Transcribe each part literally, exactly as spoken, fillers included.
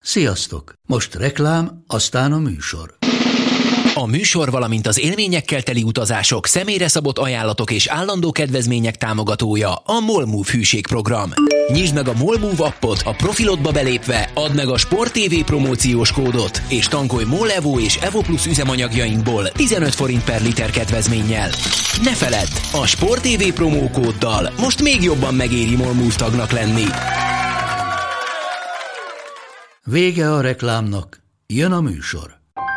Sziasztok! Most reklám, aztán a műsor. A műsor, valamint az élményekkel teli utazások, személyre szabott ajánlatok és állandó kedvezmények támogatója a MOLMOVE hűségprogram. Nyisd meg a MOLMOVE appot, a profilodba belépve add meg a Sport té vé promóciós kódot, és tankolj MOL Evo és Evo Plus üzemanyagjainkból tizenöt forint per liter kedvezménnyel. Ne feledd, a Sport té vé promókóddal most még jobban megéri MOLMOVE tagnak lenni. Vége a reklámnak, jön a műsor.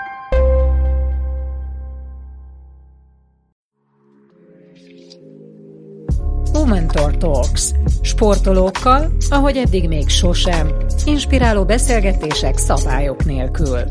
Womentor Talks. Sportolókkal, ahogy eddig még sosem. Inspiráló beszélgetések szabályok nélkül.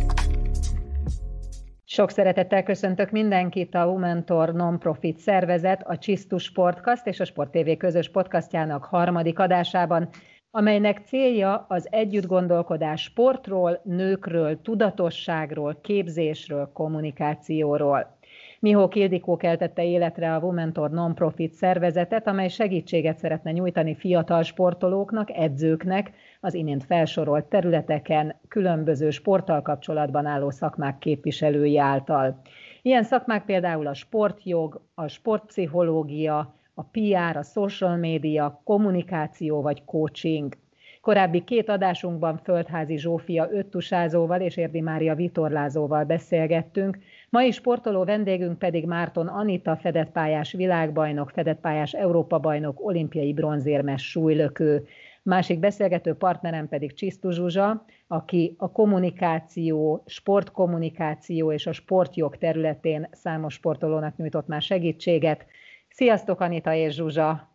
Sok szeretettel köszöntök mindenkit a Womentor non-profit szervezet, a Csisztus Sportkast és a Sport té vé közös podcastjának harmadik adásában, amelynek célja az együttgondolkodás sportról, nőkről, tudatosságról, képzésről, kommunikációról. Mihály Ildikó keltette életre a Womentor non-profit szervezetet, amely segítséget szeretne nyújtani fiatal sportolóknak, edzőknek az imént felsorolt területeken különböző sporttal kapcsolatban álló szakmák képviselői által. Ilyen szakmák például a sportjog, a sportpszichológia, a pé er, a social media, kommunikáció vagy coaching. Korábbi két adásunkban Földházi Zsófia öttusázóval és Érdi Mária vitorlázóval beszélgettünk, mai sportoló vendégünk pedig Márton Anita, fedettpályás világbajnok, fedettpályás Európa-bajnok, olimpiai bronzérmes súlylökő. Másik beszélgető partnerem pedig Csisztus Zsuzsa, aki a kommunikáció, sportkommunikáció és a sportjog területén számos sportolónak nyújtott már segítséget. Sziasztok, Anita és Zsuzsa!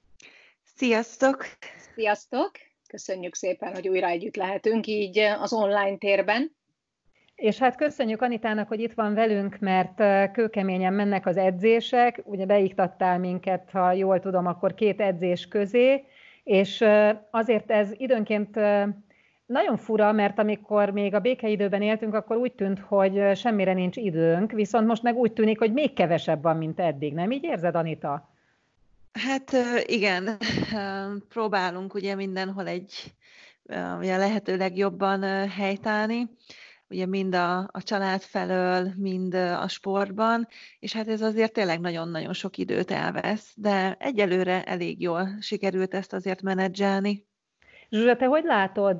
Sziasztok! Sziasztok! Köszönjük szépen, hogy újra együtt lehetünk így az online térben. És hát köszönjük Anitának, hogy itt van velünk, mert kőkeményen mennek az edzések. Ugye beiktattál minket, ha jól tudom, akkor két edzés közé, és azért ez időnként nagyon fura, mert amikor még a békeidőben éltünk, akkor úgy tűnt, hogy semmire nincs időnk, viszont most meg úgy tűnik, hogy még kevesebb van, mint eddig. Nem így érzed, Anita? Hát igen, próbálunk ugye mindenhol egy ugye lehető legjobban helytállni, ugye mind a, a család felől, mind a sportban, és hát ez azért tényleg nagyon-nagyon sok időt elvesz, de egyelőre elég jól sikerült ezt azért menedzselni. Zsuzsa, te hogy látod,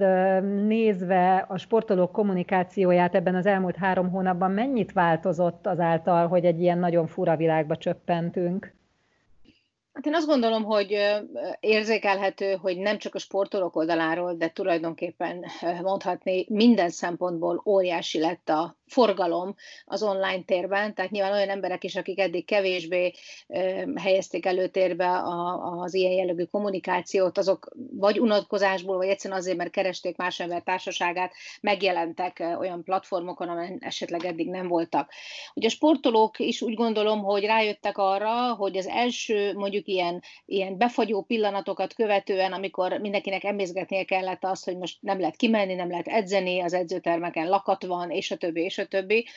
nézve a sportolók kommunikációját ebben az elmúlt három hónapban, mennyit változott azáltal, hogy egy ilyen nagyon fura világba csöppentünk? Hát én azt gondolom, hogy érzékelhető, hogy nem csak a sportolók oldaláról, de tulajdonképpen mondhatni minden szempontból óriási lett a forgalom az online térben, tehát nyilván olyan emberek is, akik eddig kevésbé helyezték előtérbe az ilyen jellegű kommunikációt, azok vagy unatkozásból, vagy egyszerűen azért, mert keresték más ember társaságát, megjelentek olyan platformokon, amelyen esetleg eddig nem voltak. Ugye a sportolók is úgy gondolom, hogy rájöttek arra, hogy az első mondjuk ilyen, ilyen befagyó pillanatokat követően, amikor mindenkinek emészgetnie kellett azt, hogy most nem lehet kimenni, nem lehet edzeni, az edzőtermeken lakat van, és a többi, és a többi,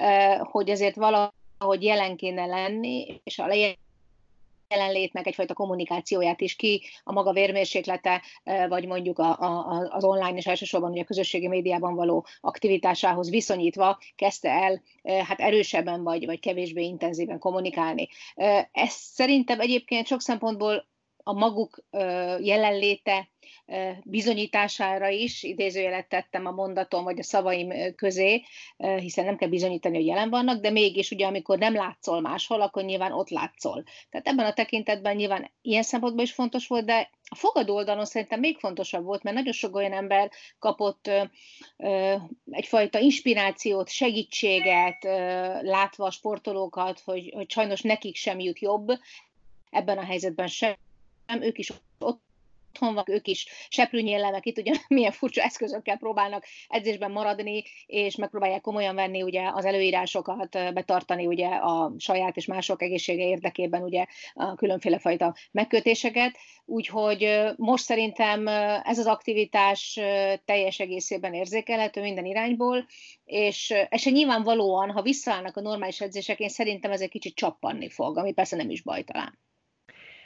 hogy ezért valahogy jelen kéne lenni, és a jelenlétnek egyfajta kommunikációját is ki, a maga vérmérséklete, vagy mondjuk a, a, az online és elsősorban ugye a közösségi médiában való aktivitásához viszonyítva kezdte el hát erősebben vagy, vagy kevésbé intenzíven kommunikálni. Ez szerintem egyébként sok szempontból a maguk jelenléte bizonyítására is, idézőjelet tettem a mondatom vagy a szavaim közé, hiszen nem kell bizonyítani, hogy jelen vannak, de mégis ugye amikor nem látszol máshol, akkor nyilván ott látszol. Tehát ebben a tekintetben nyilván ilyen szempontból is fontos volt, de a fogadó oldalon szerintem még fontosabb volt, mert nagyon sok olyan ember kapott ö, ö, egyfajta inspirációt, segítséget, ö, látva a sportolókat, hogy, hogy sajnos nekik sem jut jobb, ebben a helyzetben sem, ők is ott otthon van, ők is seprűnyéllemek, itt ugye milyen furcsa eszközökkel próbálnak edzésben maradni, és megpróbálják komolyan venni ugye az előírásokat, betartani ugye a saját és mások egészsége érdekében ugye a különféle fajta megkötéseket. Úgyhogy most szerintem ez az aktivitás teljes egészében érzékelhető minden irányból, és ez se nyilvánvalóan, ha visszaállnak a normális edzések, én szerintem ez egy kicsit csappanni fog, ami persze nem is baj talán.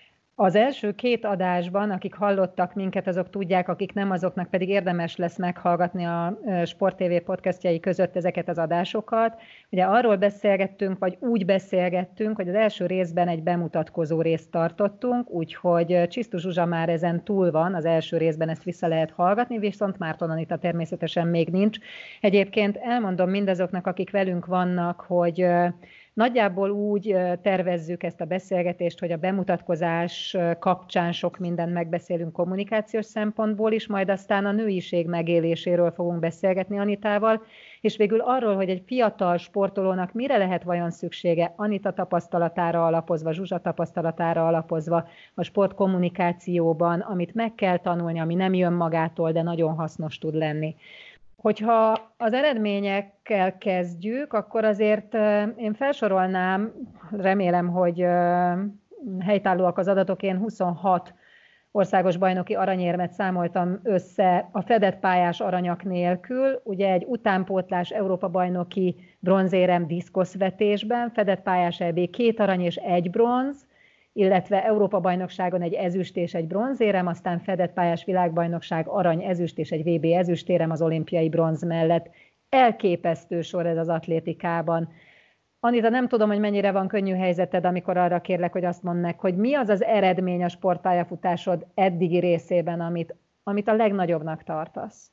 Az első két adásban, akik hallottak minket, azok tudják, akik nem, azoknak pedig érdemes lesz meghallgatni a Sport té vé podcastjai között ezeket az adásokat. Ugye arról beszélgettünk, vagy úgy beszélgettünk, hogy az első részben egy bemutatkozó részt tartottunk, úgyhogy Csisztus Zsuzsa már ezen túl van, az első részben ezt vissza lehet hallgatni, viszont Márton Anita természetesen még nincs. Egyébként elmondom mindazoknak, akik velünk vannak, hogy nagyjából úgy tervezzük ezt a beszélgetést, hogy a bemutatkozás kapcsán sok mindent megbeszélünk kommunikációs szempontból is, majd aztán a nőiség megéléséről fogunk beszélgetni Anitával, és végül arról, hogy egy fiatal sportolónak mire lehet vajon szüksége Anita tapasztalatára alapozva, Zsuzsa tapasztalatára alapozva a sportkommunikációban, amit meg kell tanulni, ami nem jön magától, de nagyon hasznos tud lenni. Hogyha az eredményekkel kezdjük, akkor azért én felsorolnám, remélem, hogy helytállóak az adatok, én huszonhat országos bajnoki aranyérmet számoltam össze a fedett pályás aranyak nélkül, ugye egy utánpótlás Európa-bajnoki bronzérem diszkoszvetésben, fedett pályás é bé két arany és egy bronz, illetve Európa-bajnokságon egy ezüst és egy bronzérem, aztán fedett pályás világbajnokság arany, ezüst és egy vé bé ezüstérem az olimpiai bronz mellett. Elképesztő sor ez az atlétikában. Anita, nem tudom, hogy mennyire van könnyű helyzeted, amikor arra kérlek, hogy azt mondd meg, hogy mi az az eredmény a sportpályafutásod eddigi részében, amit, amit a legnagyobbnak tartasz?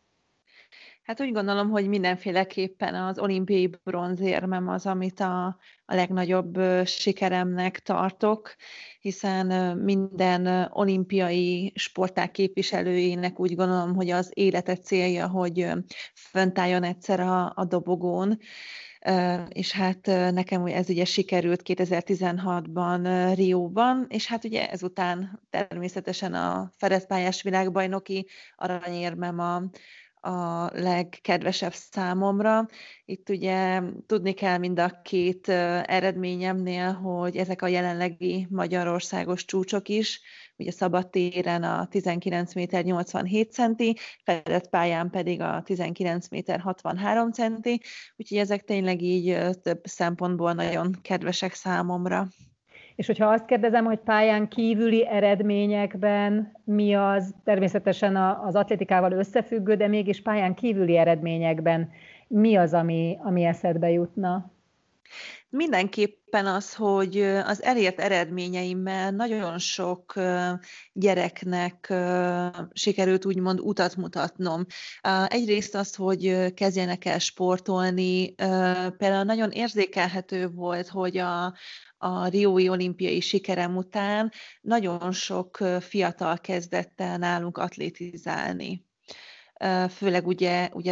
Hát úgy gondolom, hogy mindenféleképpen az olimpiai bronzérmem az, amit a, a legnagyobb sikeremnek tartok, hiszen minden olimpiai sportág képviselőjének úgy gondolom, hogy az élete célja, hogy fönt álljon egyszer a, a dobogón, és hát nekem ez ugye sikerült kétezer-tizenhatban Rióban, és hát ugye ezután természetesen a fedett pályás világbajnoki aranyérmem a a legkedvesebb számomra. Itt ugye tudni kell mind a két eredményemnél, hogy ezek a jelenlegi magyarországos csúcsok is, ugye szabadtéren a tizenkilenc méter nyolcvanhét centi, fedett pályán pedig a tizenkilenc méter hatvanhárom centi, úgyhogy ezek tényleg így több szempontból nagyon kedvesek számomra. És hogyha azt kérdezem, hogy pályán kívüli eredményekben mi az, természetesen az atlétikával összefüggő, de mégis pályán kívüli eredményekben mi az, ami, ami eszedbe jutna? Mindenképpen az, hogy az elért eredményeimmel nagyon sok gyereknek sikerült úgymond utat mutatnom. Egyrészt az, hogy kezdjenek el sportolni, például nagyon érzékelhető volt, hogy a a riói olimpiai sikerem után nagyon sok fiatal kezdett el nálunk atlétizálni. Főleg ugye, ugye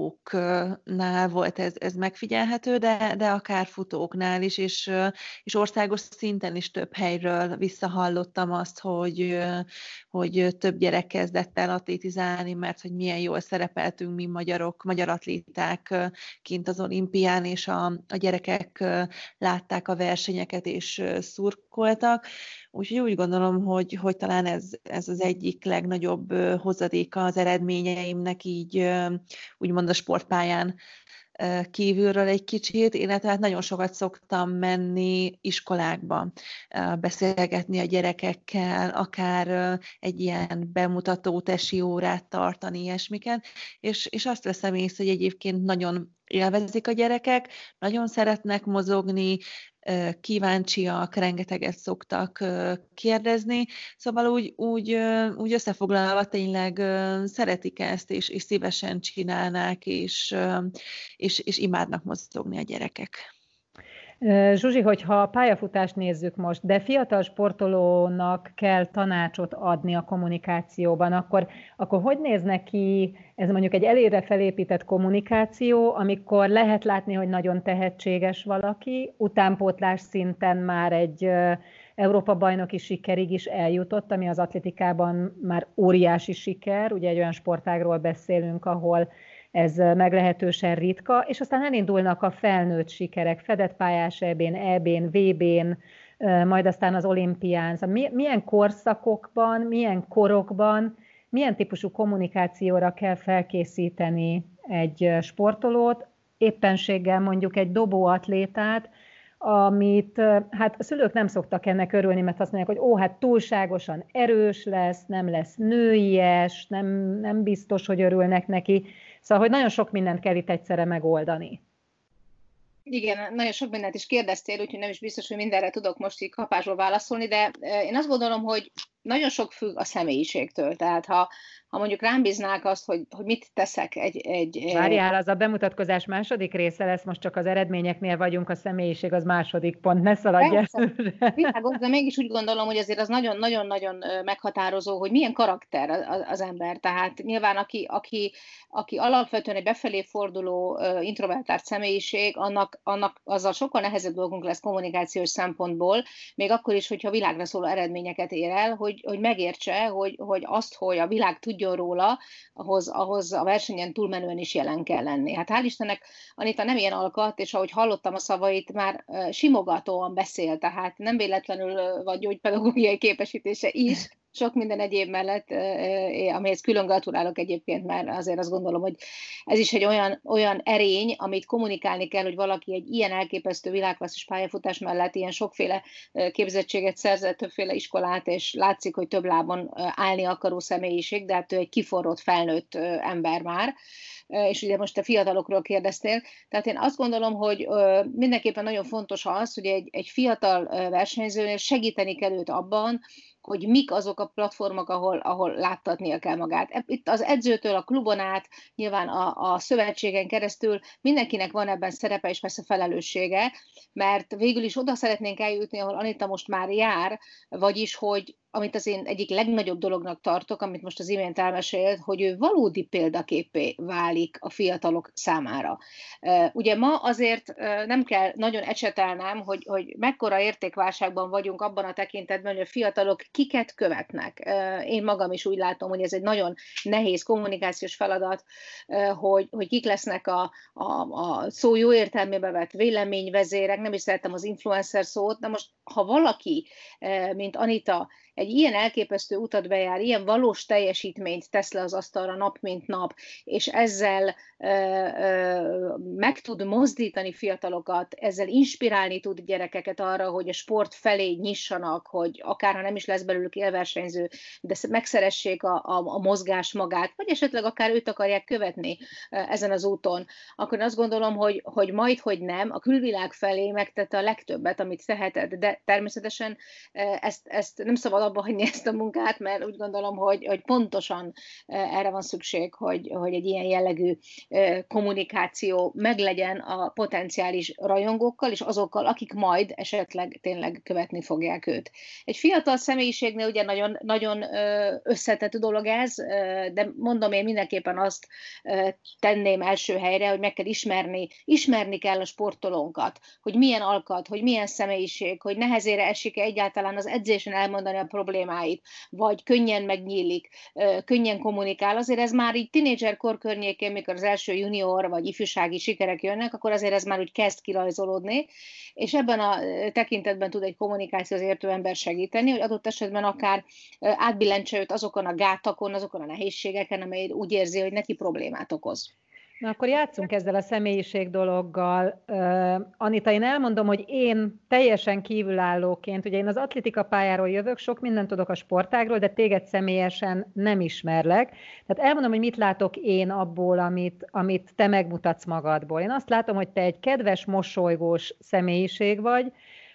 dobóknál volt ez, ez megfigyelhető, de, de akár futóknál is, és, és országos szinten is több helyről visszahallottam azt, hogy, hogy több gyerek kezdett el atlétizálni, mert hogy milyen jól szerepeltünk mi magyarok, magyar atléták kint az olimpián, és a, a gyerekek látták a versenyeket és szurkoltak. Úgyhogy úgy gondolom, hogy, hogy talán ez, ez az egyik legnagyobb hozadéka az eredményeimnek így úgymond a sportpályán kívülről egy kicsit, illetve hát nagyon sokat szoktam menni iskolákba, beszélgetni a gyerekekkel, akár egy ilyen bemutató tesi órát tartani, ilyesmiket, és, és azt veszem észre, hogy egyébként nagyon élvezik a gyerekek, nagyon szeretnek mozogni, kíváncsiak, rengeteget szoktak kérdezni, szóval úgy, úgy, úgy összefoglalva tényleg szeretik ezt, és, és szívesen csinálnák, és, és, és imádnak mozogni a gyerekek. Zsuzsi, hogyha a pályafutást nézzük most, de fiatal sportolónak kell tanácsot adni a kommunikációban, akkor, akkor hogy néz neki ez mondjuk egy előre felépített kommunikáció, amikor lehet látni, hogy nagyon tehetséges valaki, utánpótlás szinten már egy Európa-bajnoki sikerig is eljutott, ami az atlétikában már óriási siker, ugye egy olyan sportágról beszélünk, ahol ez meglehetősen ritka, és aztán elindulnak a felnőtt sikerek, fedett pályás é bén, é bén, vé bén, majd aztán az olimpián. Szóval milyen korszakokban, milyen korokban, milyen típusú kommunikációra kell felkészíteni egy sportolót, éppenséggel mondjuk egy dobóatlétát, amit hát a szülők nem szoktak ennek örülni, mert azt mondják, hogy ó, hát túlságosan erős lesz, nem lesz nőies, nem, nem biztos, hogy örülnek neki. Szóval, hogy nagyon sok mindent kell itt egyszerre megoldani. Igen, nagyon sok mindent is kérdeztél, úgyhogy nem is biztos, hogy mindenre tudok most így kapásból válaszolni, de én azt gondolom, hogy nagyon sok függ a személyiségtől. Tehát ha, ha mondjuk rám bíznák azt, hogy, hogy mit teszek egy... egy Várjál, az a bemutatkozás második része lesz, most csak az eredményeknél vagyunk, a személyiség az második pont, ne szaladj el. Világos, de mégis úgy gondolom, hogy azért az nagyon-nagyon-nagyon meghatározó, hogy milyen karakter az, az ember. Tehát nyilván aki, aki, aki alapvetően egy befelé forduló introvertált személyiség, annak, annak azzal sokkal nehezebb dolgunk lesz kommunikációs szempontból, még akkor is, hogyha világra szóló eredményeket ér el, hogy, hogy megértse, hogy, hogy azt, hogy a világ tudjon róla, ahhoz, ahhoz a versenyen túlmenően is jelen kell lenni. Hát hál' Istennek Anita nem ilyen alkat, és ahogy hallottam a szavait, már simogatóan beszél, tehát nem véletlenül vagy gyógypedagógiai képesítése is, sok minden egyéb mellett, amihez külön gratulálok egyébként, mert azért azt gondolom, hogy ez is egy olyan, olyan erény, amit kommunikálni kell, hogy valaki egy ilyen elképesztő világklasszis pályafutás mellett ilyen sokféle képzettséget szerzett, többféle iskolát, és látszik, hogy több lábon állni akaró személyiség, de hát ő egy kiforrott, felnőtt ember már. És ugye most a fiatalokról kérdeztél, tehát én azt gondolom, hogy mindenképpen nagyon fontos az, hogy egy, egy fiatal versenyzőnél segíteni kell őt abban, hogy mik azok a platformok, ahol, ahol láttatnia kell magát. Itt az edzőtől, a klubon át, nyilván a, a szövetségen keresztül mindenkinek van ebben szerepe és persze felelőssége, mert végül is oda szeretnénk eljutni, ahol Anita most már jár, vagyis, hogy amit az én egyik legnagyobb dolognak tartok, amit most az imént elmesélt, hogy ő valódi példaképé válik a fiatalok számára. Ugye ma azért nem kell nagyon ecsetelnem, hogy, hogy mekkora értékválságban vagyunk abban a tekintetben, hogy a fiatalok kiket követnek. Én magam is úgy látom, hogy ez egy nagyon nehéz kommunikációs feladat, hogy, hogy kik lesznek a, a, a szó jó értelmébe vett véleményvezérek, nem is szeretem az influencer szót, de most ha valaki, mint Anita, egy ilyen elképesztő utat bejár, ilyen valós teljesítményt tesz le az asztalra nap mint nap, és ezzel ö, ö, meg tud mozdítani fiatalokat, ezzel inspirálni tud gyerekeket arra, hogy a sport felé nyissanak, hogy akár ha nem is lesz belőlük élversenyző, de megszeressék a, a, a mozgás magát, vagy esetleg akár őt akarják követni ezen az úton, akkor azt gondolom, hogy, hogy majd, hogy nem, a külvilág felé megtette a legtöbbet, amit tehetett, de természetesen ezt, ezt nem szabad abba hagyni ezt a munkát, mert úgy gondolom, hogy, hogy pontosan erre van szükség, hogy, hogy egy ilyen jellegű kommunikáció meglegyen a potenciális rajongókkal, és azokkal, akik majd esetleg tényleg követni fogják őt. Egy fiatal személyiségnél ugye nagyon, nagyon összetett dolog ez, de mondom, én mindenképpen azt tenném első helyre, hogy meg kell ismerni, ismerni kell a sportolónkat, hogy milyen alkat, hogy milyen személyiség, hogy nehezére esik egyáltalán az edzésen elmondani a problémáit, vagy könnyen megnyílik, könnyen kommunikál. Azért ez már így tínédzserkor környékén, mikor az első junior vagy ifjúsági sikerek jönnek, akkor azért ez már úgy kezd kirajzolódni, és ebben a tekintetben tud egy kommunikáció az értő ember segíteni, hogy adott esetben akár átbillentse őt azokon a gátakon, azokon a nehézségeken, amely úgy érzi, hogy neki problémát okoz. Na akkor játszunk ezzel a személyiség dologgal. Uh, Anita, én elmondom, hogy én teljesen kívülállóként, ugye én az atlétika pályáról jövök, sok mindent tudok a sportágról, de téged személyesen nem ismerlek. Tehát elmondom, hogy mit látok én abból, amit, amit te megmutatsz magadból. Én azt látom, hogy te egy kedves, mosolygós személyiség vagy,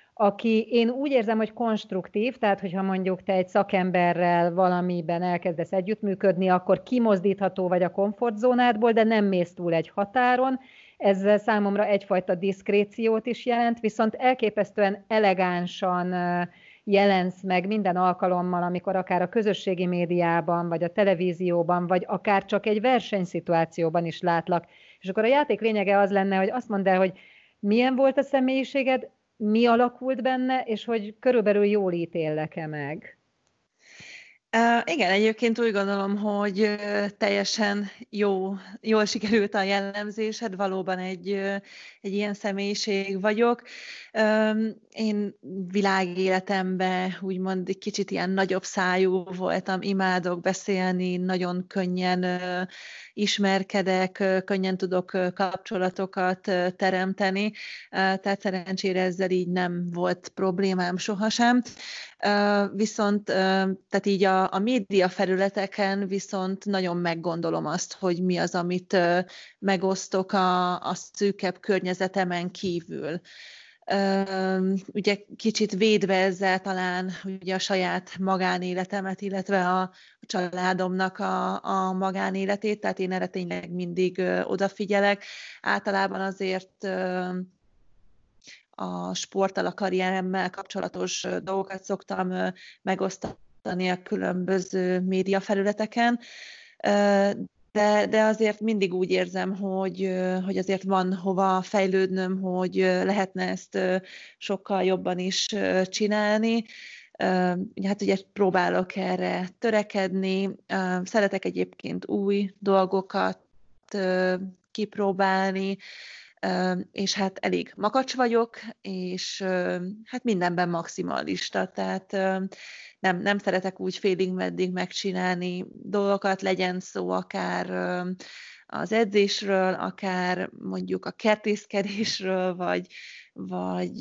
aki én úgy érzem, hogy konstruktív, tehát hogyha mondjuk te egy szakemberrel valamiben elkezdesz együttműködni, akkor kimozdítható vagy a komfortzónádból, de nem mész túl egy határon. Ez számomra egyfajta diszkréciót is jelent, viszont elképesztően elegánsan jelensz meg minden alkalommal, amikor akár a közösségi médiában, vagy a televízióban, vagy akár csak egy versenyszituációban is látlak. És akkor a játék lényege az lenne, hogy azt mondd el, hogy milyen volt a személyiséged, mi alakult benne, és hogy körülbelül jól ítéllek-e meg? Uh, igen, egyébként úgy gondolom, hogy uh, teljesen jó, jól sikerült a jellemzésed, valóban egy, uh, egy ilyen személyiség vagyok. Um, én világéletemben úgymond egy kicsit ilyen nagyobb szájú voltam, imádok beszélni, nagyon könnyen uh, ismerkedek, uh, könnyen tudok uh, kapcsolatokat uh, teremteni, uh, tehát szerencsére ezzel így nem volt problémám sohasem. Uh, viszont uh, tehát így a, a média felületeken viszont nagyon meggondolom azt, hogy mi az, amit uh, megosztok a, a szűkebb környezetemen kívül. Uh, ugye kicsit védve ezzel talán ugye a saját magánéletemet, illetve a, a családomnak a, a magánéletét, tehát én erre tényleg mindig uh, odafigyelek. Általában azért uh, a sporttal, a karrieremmel kapcsolatos dolgokat szoktam megosztani a különböző médiafelületeken, de, de azért mindig úgy érzem, hogy, hogy azért van hova fejlődnöm, hogy lehetne ezt sokkal jobban is csinálni. Hát ugye próbálok erre törekedni, szeretek egyébként új dolgokat kipróbálni, és hát elég makacs vagyok, és hát mindenben maximalista, tehát nem, nem szeretek úgy félig-meddig megcsinálni dolgokat, legyen szó akár az edzésről, akár mondjuk a kertészkedésről, vagy, vagy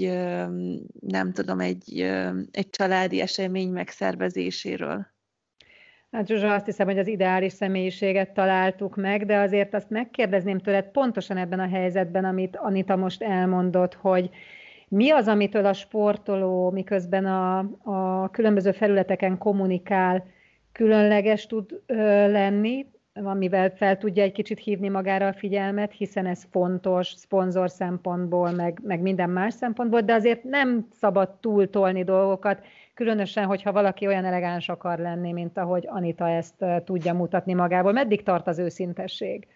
nem tudom, egy, egy családi esemény megszervezéséről. Hát Zsuzsa, azt hiszem, hogy az ideális személyiséget találtuk meg, de azért azt megkérdezném tőled pontosan ebben a helyzetben, amit Anita most elmondott, hogy mi az, amitől a sportoló, miközben a, a különböző felületeken kommunikál, különleges tud ö, lenni, amivel fel tudja egy kicsit hívni magára a figyelmet, hiszen ez fontos szponzor szempontból, meg, meg minden más szempontból, de azért nem szabad túltolni dolgokat, különösen, hogyha valaki olyan elegáns akar lenni, mint ahogy Anita ezt tudja mutatni magából. Meddig tart az őszintesség?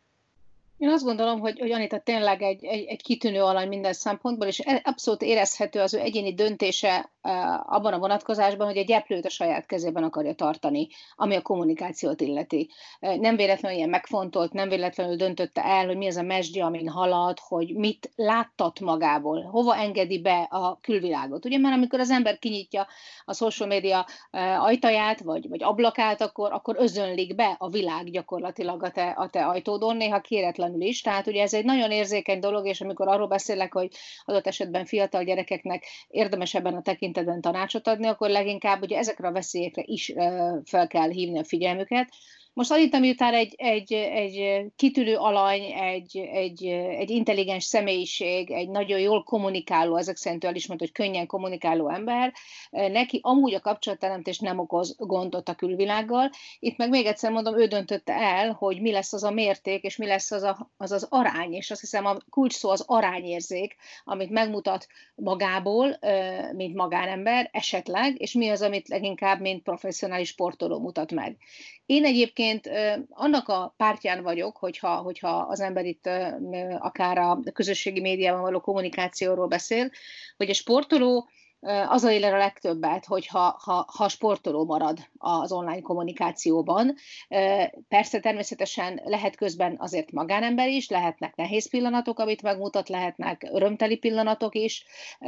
Én azt gondolom, hogy, hogy Anita tényleg egy, egy, egy kitűnő alany minden szempontból, és abszolút érezhető az ő egyéni döntése uh, abban a vonatkozásban, hogy egy gyeplőt a saját kezében akarja tartani, ami a kommunikációt illeti. Uh, nem véletlenül ilyen megfontolt, nem véletlenül döntötte el, hogy mi az a mesdje, amin halad, hogy mit láttat magából, hova engedi be a külvilágot. Ugye már amikor az ember kinyitja a social media uh, ajtaját, vagy, vagy ablakát, akkor, akkor özönlik be a világ gyakorlatilag a te, a te ajtódon, néha kéretlen is. Tehát ugye ez egy nagyon érzékeny dolog, és amikor arról beszélek, hogy adott esetben fiatal gyerekeknek érdemes ebben a tekintetben tanácsot adni, akkor leginkább ugye ezekre a veszélyekre is fel kell hívni a figyelmüket. Most Anita miután egy, egy, egy kitűnő alany, egy, egy, egy intelligens személyiség, egy nagyon jól kommunikáló, ezek szerint el is mondta, hogy könnyen kommunikáló ember, neki amúgy a kapcsolatteremtés nem okoz gondot a külvilággal. Itt meg még egyszer mondom, ő döntötte el, hogy mi lesz az a mérték, és mi lesz az a, az, az arány, és azt hiszem a kulcs szó az arányérzék, amit megmutat magából, mint magánember esetleg, és mi az, amit leginkább, mint professzionális sportoló mutat meg. Én egyébként annak a pártján vagyok, hogyha, hogyha az ember itt akár a közösségi médiában való kommunikációról beszél, hogy a sportoló azzal él a legtöbbet, hogyha ha, ha sportoló marad az online kommunikációban. Persze természetesen lehet közben azért magánember is, lehetnek nehéz pillanatok, amit megmutat, lehetnek örömteli pillanatok is,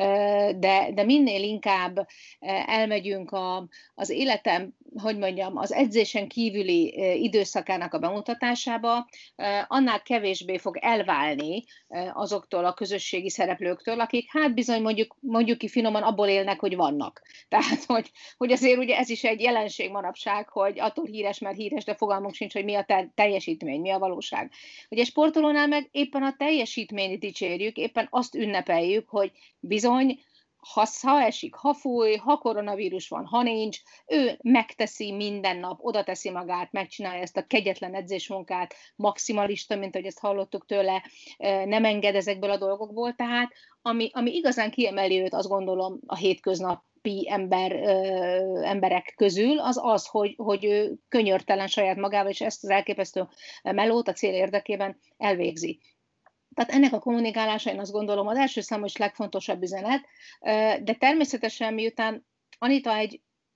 de, de minél inkább elmegyünk a, az életem, hogy mondjam, az edzésen kívüli időszakának a bemutatásába, annál kevésbé fog elválni azoktól a közösségi szereplőktől, akik hát bizony mondjuk, mondjuk ki finoman abból élnek, hogy vannak. Tehát, hogy, hogy azért ugye ez is egy jelenség manapság, hogy attól híres, mert híres, de fogalmunk sincs, hogy mi a te- teljesítmény, mi a valóság. Ugye sportolónál meg éppen a teljesítményt dicsérjük, éppen azt ünnepeljük, hogy bizony, ha, ha esik, ha fúj, ha koronavírus van, ha nincs, ő megteszi minden nap, oda teszi magát, megcsinálja ezt a kegyetlen edzésmunkát, maximalista, mint ahogy ezt hallottuk tőle, nem enged ezekből a dolgokból, tehát ami, ami igazán kiemeli őt, azt gondolom a hétköznapi ember, ö, emberek közül, az az, hogy, hogy ő könyörtelen saját magával, és ezt az elképesztő melót a cél érdekében elvégzi. Tehát ennek a kommunikálása, én azt gondolom, az első számú és legfontosabb üzenet, de természetesen miután Anita egy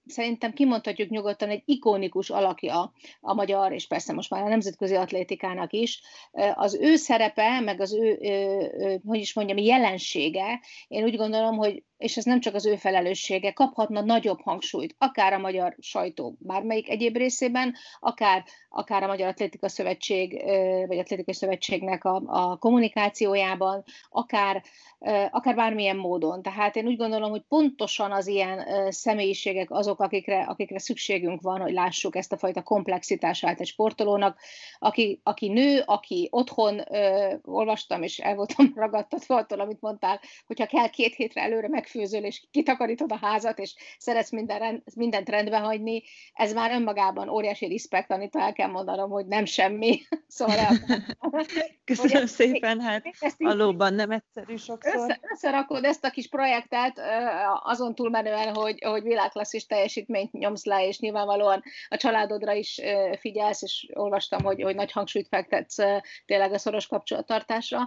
szerintem kimondhatjuk nyugodtan, egy ikonikus alakja a magyar, és persze most már a nemzetközi atlétikának is. Az ő szerepe, meg az ő, hogy is mondjam, jelensége, én úgy gondolom, hogy, és ez nem csak az ő felelőssége, kaphatna nagyobb hangsúlyt, akár a magyar sajtó bármelyik egyéb részében, akár, akár a Magyar Atlétika Szövetség, vagy Atlétikai Szövetségnek a, a kommunikációjában, akár, akár bármilyen módon. Tehát én úgy gondolom, hogy pontosan az ilyen személyiségek azok, akikre, akikre szükségünk van, hogy lássuk ezt a fajta komplexitását egy sportolónak, aki, aki nő, aki otthon, ö, olvastam, és el voltam ragadtatva attól, amit mondtál, hogyha kell két hétre előre megfőzöl, és kitakarítod a házat, és szeretsz minden rend, mindent rendbe hagyni, ez már önmagában óriási respekt, Anita, el kell mondanom, hogy nem semmi. Szóval el... Köszönöm ezt, szépen, hát valóban nem egyszerű sokszor. Össze, összerakod ezt a kis projektet, azon túlmenően, hogy, hogy világklasszis teljesítményt nyomsz le, és nyilvánvalóan a családodra is figyelsz, és olvastam, hogy, hogy nagy hangsúlyt fektetsz tényleg a szoros kapcsolattartásra.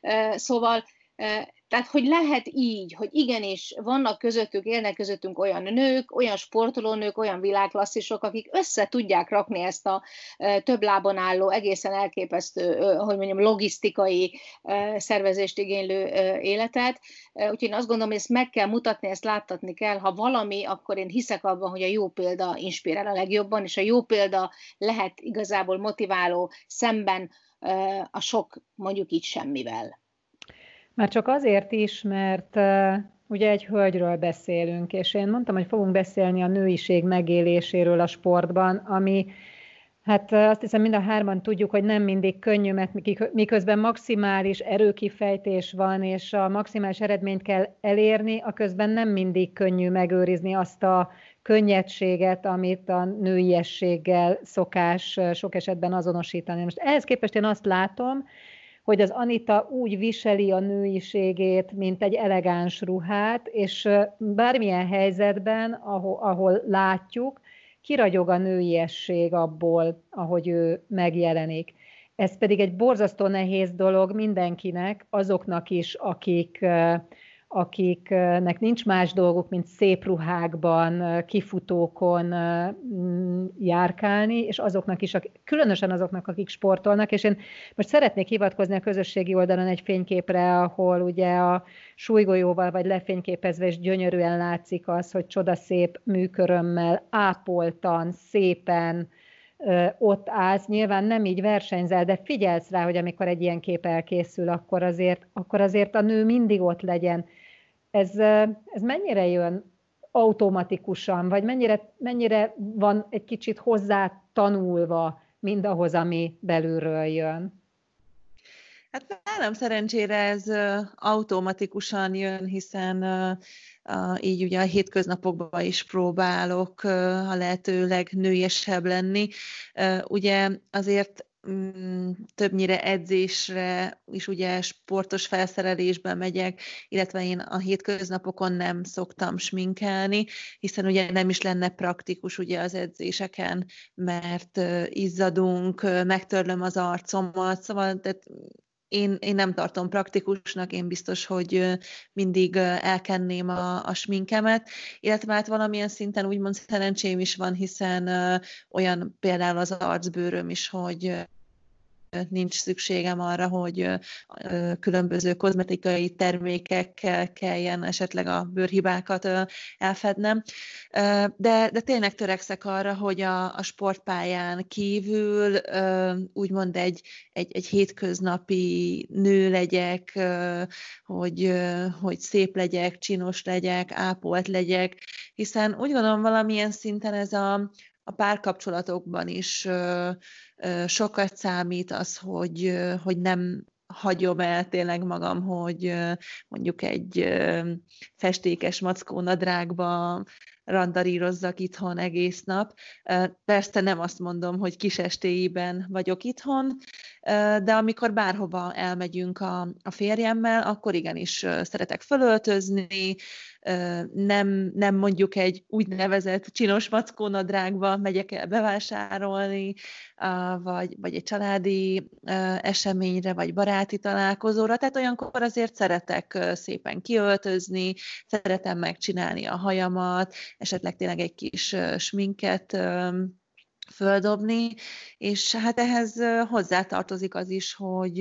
Szóval tehát, hogy lehet így, hogy igenis vannak közöttük, élnek közöttünk olyan nők, olyan sportolónők, olyan világklasszisok, akik össze tudják rakni ezt a több lábon álló, egészen elképesztő, hogy mondjam, logisztikai szervezést igénylő életet. Úgyhogy én azt gondolom, hogy ezt meg kell mutatni, ezt láttatni kell. Ha valami, akkor én hiszek abban, hogy a jó példa inspirál a legjobban, és a jó példa lehet igazából motiváló szemben a sok, mondjuk így semmivel. Már csak azért is, mert uh, ugye egy hölgyről beszélünk, és én mondtam, hogy fogunk beszélni a nőiség megéléséről a sportban, ami hát uh, azt hiszem mind a hárman tudjuk, hogy nem mindig könnyű, mert miközben maximális erőkifejtés van, és a maximális eredményt kell elérni, aközben nem mindig könnyű megőrizni azt a könnyedséget, amit a nőiességgel szokás uh, sok esetben azonosítani. Most ehhez képest én azt látom, hogy az Anita úgy viseli a nőiségét, mint egy elegáns ruhát, és bármilyen helyzetben, ahol, ahol látjuk, kiragyog a nőiesség abból, ahogy ő megjelenik. Ez pedig egy borzasztó nehéz dolog mindenkinek, azoknak is, akik, akiknek nincs más dolguk, mint szép ruhákban, kifutókon járkálni, és azoknak is, különösen azoknak, akik sportolnak, és én most szeretnék hivatkozni a közösségi oldalon egy fényképre, ahol ugye a súlygolyóval vagy lefényképezve és gyönyörűen látszik az, hogy csodaszép műkörömmel, ápoltan, szépen ott állsz, nyilván nem így versenyzel, de figyelsz rá, hogy amikor egy ilyen kép elkészül, akkor azért, akkor azért a nő mindig ott legyen. Ez, ez mennyire jön automatikusan, vagy mennyire, mennyire van egy kicsit hozzá tanulva mindahhoz, ami belülről jön? Hát nálam szerencsére ez automatikusan jön, hiszen így ugye a hétköznapokban is próbálok a lehető legnőiesebb lenni. Ugye azért többnyire edzésre is ugye sportos felszerelésben megyek, illetve én a hétköznapokon nem szoktam sminkelni, hiszen ugye nem is lenne praktikus ugye az edzéseken, mert izzadunk, megtörlöm az arcomat, szóval tehát Én, én nem tartom praktikusnak, én biztos, hogy mindig elkenném a, a sminkemet, illetve hát valamilyen szinten úgymond szerencsém is van, hiszen olyan például az arcbőröm is, hogy nincs szükségem arra, hogy különböző kozmetikai termékekkel kelljen esetleg a bőrhibákat elfednem. De, de tényleg törekszek arra, hogy a, a sportpályán kívül úgymond egy, egy, egy hétköznapi nő legyek, hogy, hogy szép legyek, csinos legyek, ápolt legyek, hiszen úgy gondolom valamilyen szinten ez a a párkapcsolatokban is ö, ö, sokat számít az, hogy, ö, hogy nem hagyom el tényleg magam, hogy ö, mondjuk egy ö, festékes mackónadrágba randarírozzak itthon egész nap. Persze nem azt mondom, hogy kisestéiben vagyok itthon, de amikor bárhova elmegyünk a, a férjemmel, akkor igenis szeretek fölöltözni, nem, nem mondjuk egy úgynevezett csinos mackónadrágba megyek el bevásárolni, vagy, vagy egy családi eseményre, vagy baráti találkozóra, tehát olyankor azért szeretek szépen kiöltözni, szeretem megcsinálni a hajamat, esetleg tényleg egy kis sminket földobni, és hát ehhez hozzátartozik az is, hogy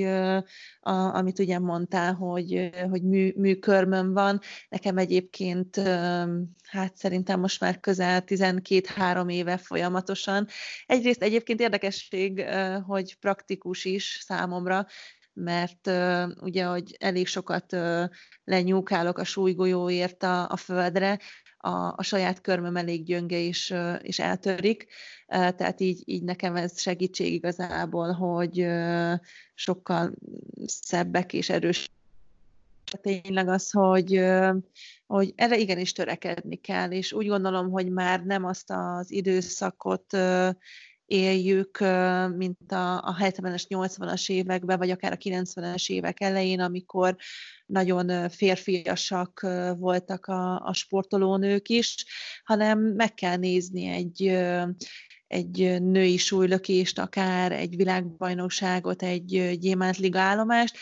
a, amit ugye mondtál, hogy, hogy mű, műkörmöm van. Nekem egyébként hát szerintem most már közel tizenkét-három éve folyamatosan. Egyrészt egyébként érdekesség, hogy praktikus is számomra, mert uh, ugye, hogy elég sokat uh, lenyúkálok a súlygolyóért a, a földre, a, a saját körmöm elég gyönge és, uh, és eltörik, uh, tehát így, így nekem ez segítség igazából, hogy uh, sokkal szebbek és erős. Tényleg az, hogy, uh, hogy erre igenis törekedni kell, és úgy gondolom, hogy már nem azt az időszakot uh, éljük, mint a, a hetvenes, nyolcvanas években, vagy akár a kilencvenes évek elején, amikor nagyon férfiasak voltak a, a sportolónők is, hanem meg kell nézni egy, egy női súlylökést, akár egy világbajnokságot, egy gyémántliga állomást,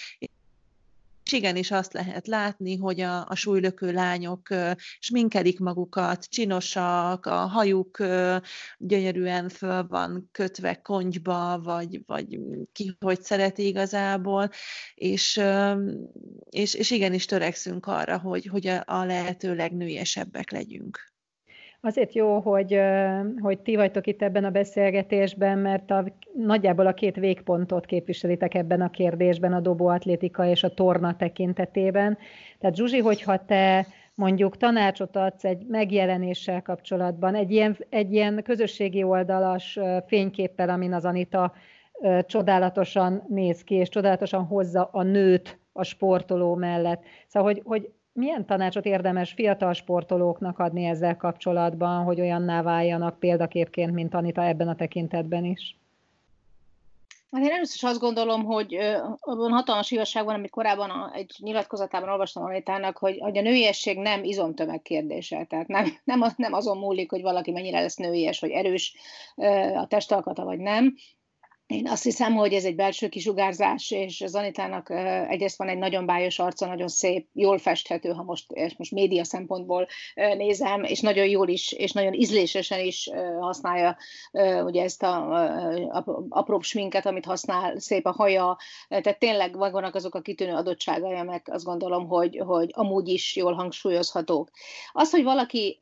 és igenis azt lehet látni, hogy a, a súlylökő lányok uh, sminkelik magukat, csinosak, a hajuk uh, gyönyörűen föl van kötve kontyba, vagy, vagy ki hogy szereti igazából, és, uh, és, és igenis törekszünk arra, hogy, hogy a, a lehető legnőiesebbek legyünk. Azért jó, hogy, hogy ti vagytok itt ebben a beszélgetésben, mert a, nagyjából a két végpontot képviselitek ebben a kérdésben, a dobóatlétika és a torna tekintetében. Tehát Zsuzsi, hogyha te mondjuk tanácsot adsz egy megjelenéssel kapcsolatban, egy ilyen, egy ilyen közösségi oldalas fényképpel, amin az Anita csodálatosan néz ki, és csodálatosan hozza a nőt a sportoló mellett. Szóval, hogy, hogy milyen tanácsot érdemes fiatal sportolóknak adni ezzel kapcsolatban, hogy olyanná váljanak példaképként, mint Anita ebben a tekintetben is? Hát én először is azt gondolom, hogy abban hatalmas igazság van, amit korábban a, egy nyilatkozatában olvastam Anitának, hogy, hogy a nőiesség nem izomtömeg kérdése. Tehát nem, nem, nem azon múlik, hogy valaki mennyire lesz nőies, vagy erős a testalkata, vagy nem. Én azt hiszem, hogy ez egy belső kisugárzás, és az Anitának egyrészt van egy nagyon bájos arca, nagyon szép, jól festhető, ha most, és most média szempontból nézem, és nagyon jól is, és nagyon ízlésesen is használja ugye ezt a, a apróbb sminket, amit használ, szép a haja, tehát tényleg vannak azok a kitűnő adottságai, amelyek azt gondolom, hogy, hogy amúgy is jól hangsúlyozhatók. Az, hogy valaki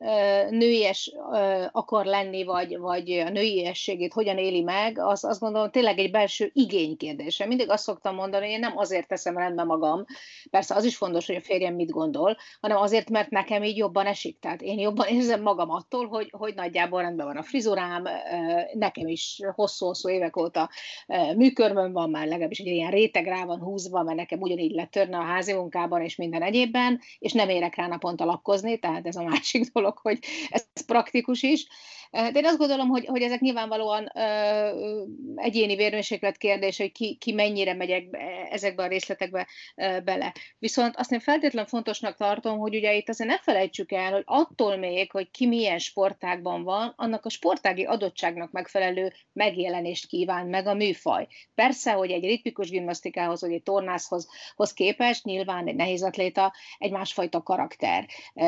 nőies akar lenni, vagy, vagy a nőiességét hogyan éli meg, az azt gondolom, tényleg egy belső igény kérdése. Mindig azt szoktam mondani, hogy én nem azért teszem rendbe magam, persze az is fontos, hogy a férjem mit gondol, hanem azért, mert nekem így jobban esik. Tehát én jobban érzem magam attól, hogy, hogy nagyjából rendben van a frizurám, nekem is hosszú-hosszú évek óta műkörmöm van, már legalábbis egy ilyen réteg rá van húzva, mert nekem ugyanígy letörne a házi munkában és minden egyébben, és nem érek rá naponta lakkozni, tehát ez a másik dolog, hogy ez praktikus is. De én azt gondolom, hogy, hogy ezek nyilvánvalóan ö, egyéni vérmérséklet kérdés, hogy ki, ki mennyire megyek ezekbe a részletekbe ö, bele. Viszont azt én feltétlenül fontosnak tartom, hogy ugye itt azért ne felejtsük el, hogy attól még, hogy ki milyen sportágban van, annak a sportági adottságnak megfelelő megjelenést kíván meg a műfaj. Persze, hogy egy ritmikus gimnasztikához, vagy egy tornászhoz hoz képest nyilván egy nehézatléta egy másfajta karakter,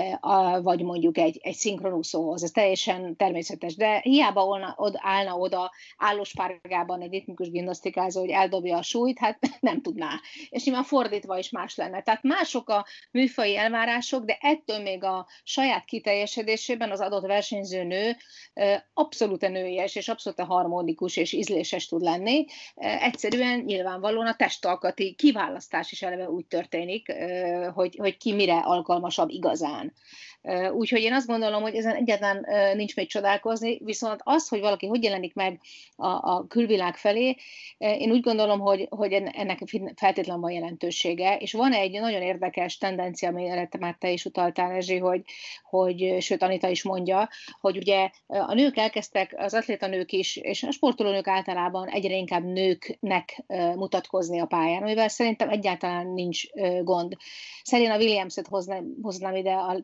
vagy mondjuk egy, egy szinkronúszóhoz. Ez teljesen természetes. De hiába olna, od, állna oda állóspárgában egy ritmikus gimnasztikázó, hogy eldobja a súlyt, hát nem tudná. És nyilván fordítva is más lenne. Tehát mások a műfaji elvárások, de ettől még a saját kiteljesedésében az adott versenyző nő abszolút nőies, és abszolút harmonikus és ízléses tud lenni. Egyszerűen nyilvánvalóan a testalkati kiválasztás is eleve úgy történik, hogy, hogy ki mire alkalmasabb igazán. Úgyhogy én azt gondolom, hogy ezen egyáltalán nincs még csodálkozni, viszont az, hogy valaki hogy jelenik meg a, a külvilág felé, én úgy gondolom, hogy, hogy ennek feltétlenül van jelentősége, és van egy nagyon érdekes tendencia, amire már te is utaltál, Erzsi, hogy, hogy sőt Anita is mondja, hogy ugye a nők elkezdtek, az atlétanők is, és a sportolónők általában egyre inkább nőknek mutatkozni a pályán, amivel szerintem egyáltalán nincs gond. Serena Williams-et hoznám, hoznám ide, egyik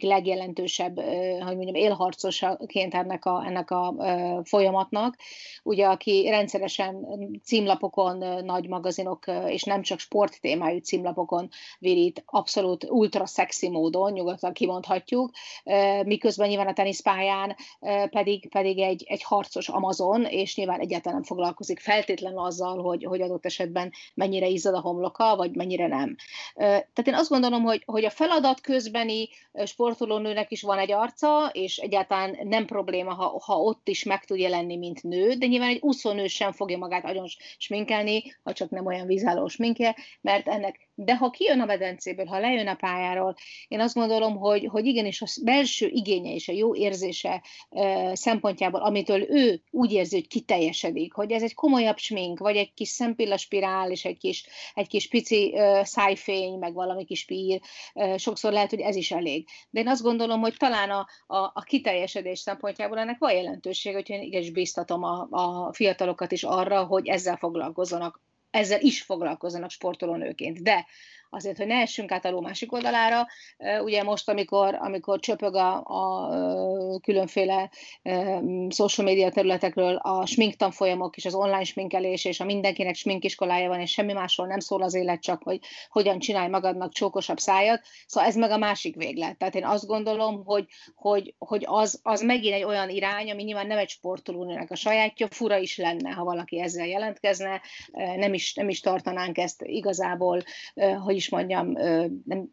egyik legjelentősebb, hogy mondjam, élharcosaként ennek a, ennek a folyamatnak, ugye, aki rendszeresen címlapokon, nagy magazinok, és nem csak sporttémájú címlapokon virít abszolút ultra szexi módon, nyugodtan kimondhatjuk, miközben nyilván a teniszpályán pedig, pedig egy, egy harcos Amazon, és nyilván egyáltalán nem foglalkozik feltétlenül azzal, hogy, hogy adott esetben mennyire izzad a homloka, vagy mennyire nem. Tehát én azt gondolom, hogy, hogy a feladat közbeni sportolónőnek is van egy arca, és egyáltalán nem probléma, ha, ha ott is meg tud jelenni, mint nő, de nyilván egy úszónő sem fogja magát agyon sminkelni, ha csak nem olyan vízálló sminkje, mert ennek, de ha kijön a medencéből, ha lejön a pályáról, én azt gondolom, hogy, hogy igenis a belső igénye és a jó érzése uh, szempontjából, amitől ő úgy érzi, hogy kiteljesedik, hogy ez egy komolyabb smink, vagy egy kis szempillaspirál, és egy kis, egy kis pici uh, szájfény, meg valami kis pír, uh, sokszor lehet, hogy ez is elég. De én azt gondolom, hogy talán a, a, a kiteljesedés szempontjából ennek van jelentőség, hogy én igenis bíztatom a, a fiatalokat is arra, hogy ezzel foglalkozzanak, ezzel is foglalkozzanak sportolónőként. De azért, hogy ne essünk át a ló másik oldalára, ugye most, amikor, amikor csöpög a, a különféle social media területekről a sminktanfolyamok és az online sminkelés, és a mindenkinek sminkiskolája van, és semmi másról nem szól az élet, csak hogy hogyan csinálj magadnak csókosabb szájat. Szóval ez meg a másik véglet. Tehát én azt gondolom, hogy, hogy, hogy az, az megint egy olyan irány, ami nyilván nem egy sportolónőnek a sajátja, fura is lenne, ha valaki ezzel jelentkezne, nem is, nem is tartanánk ezt igazából, hogy is mondjam, nem,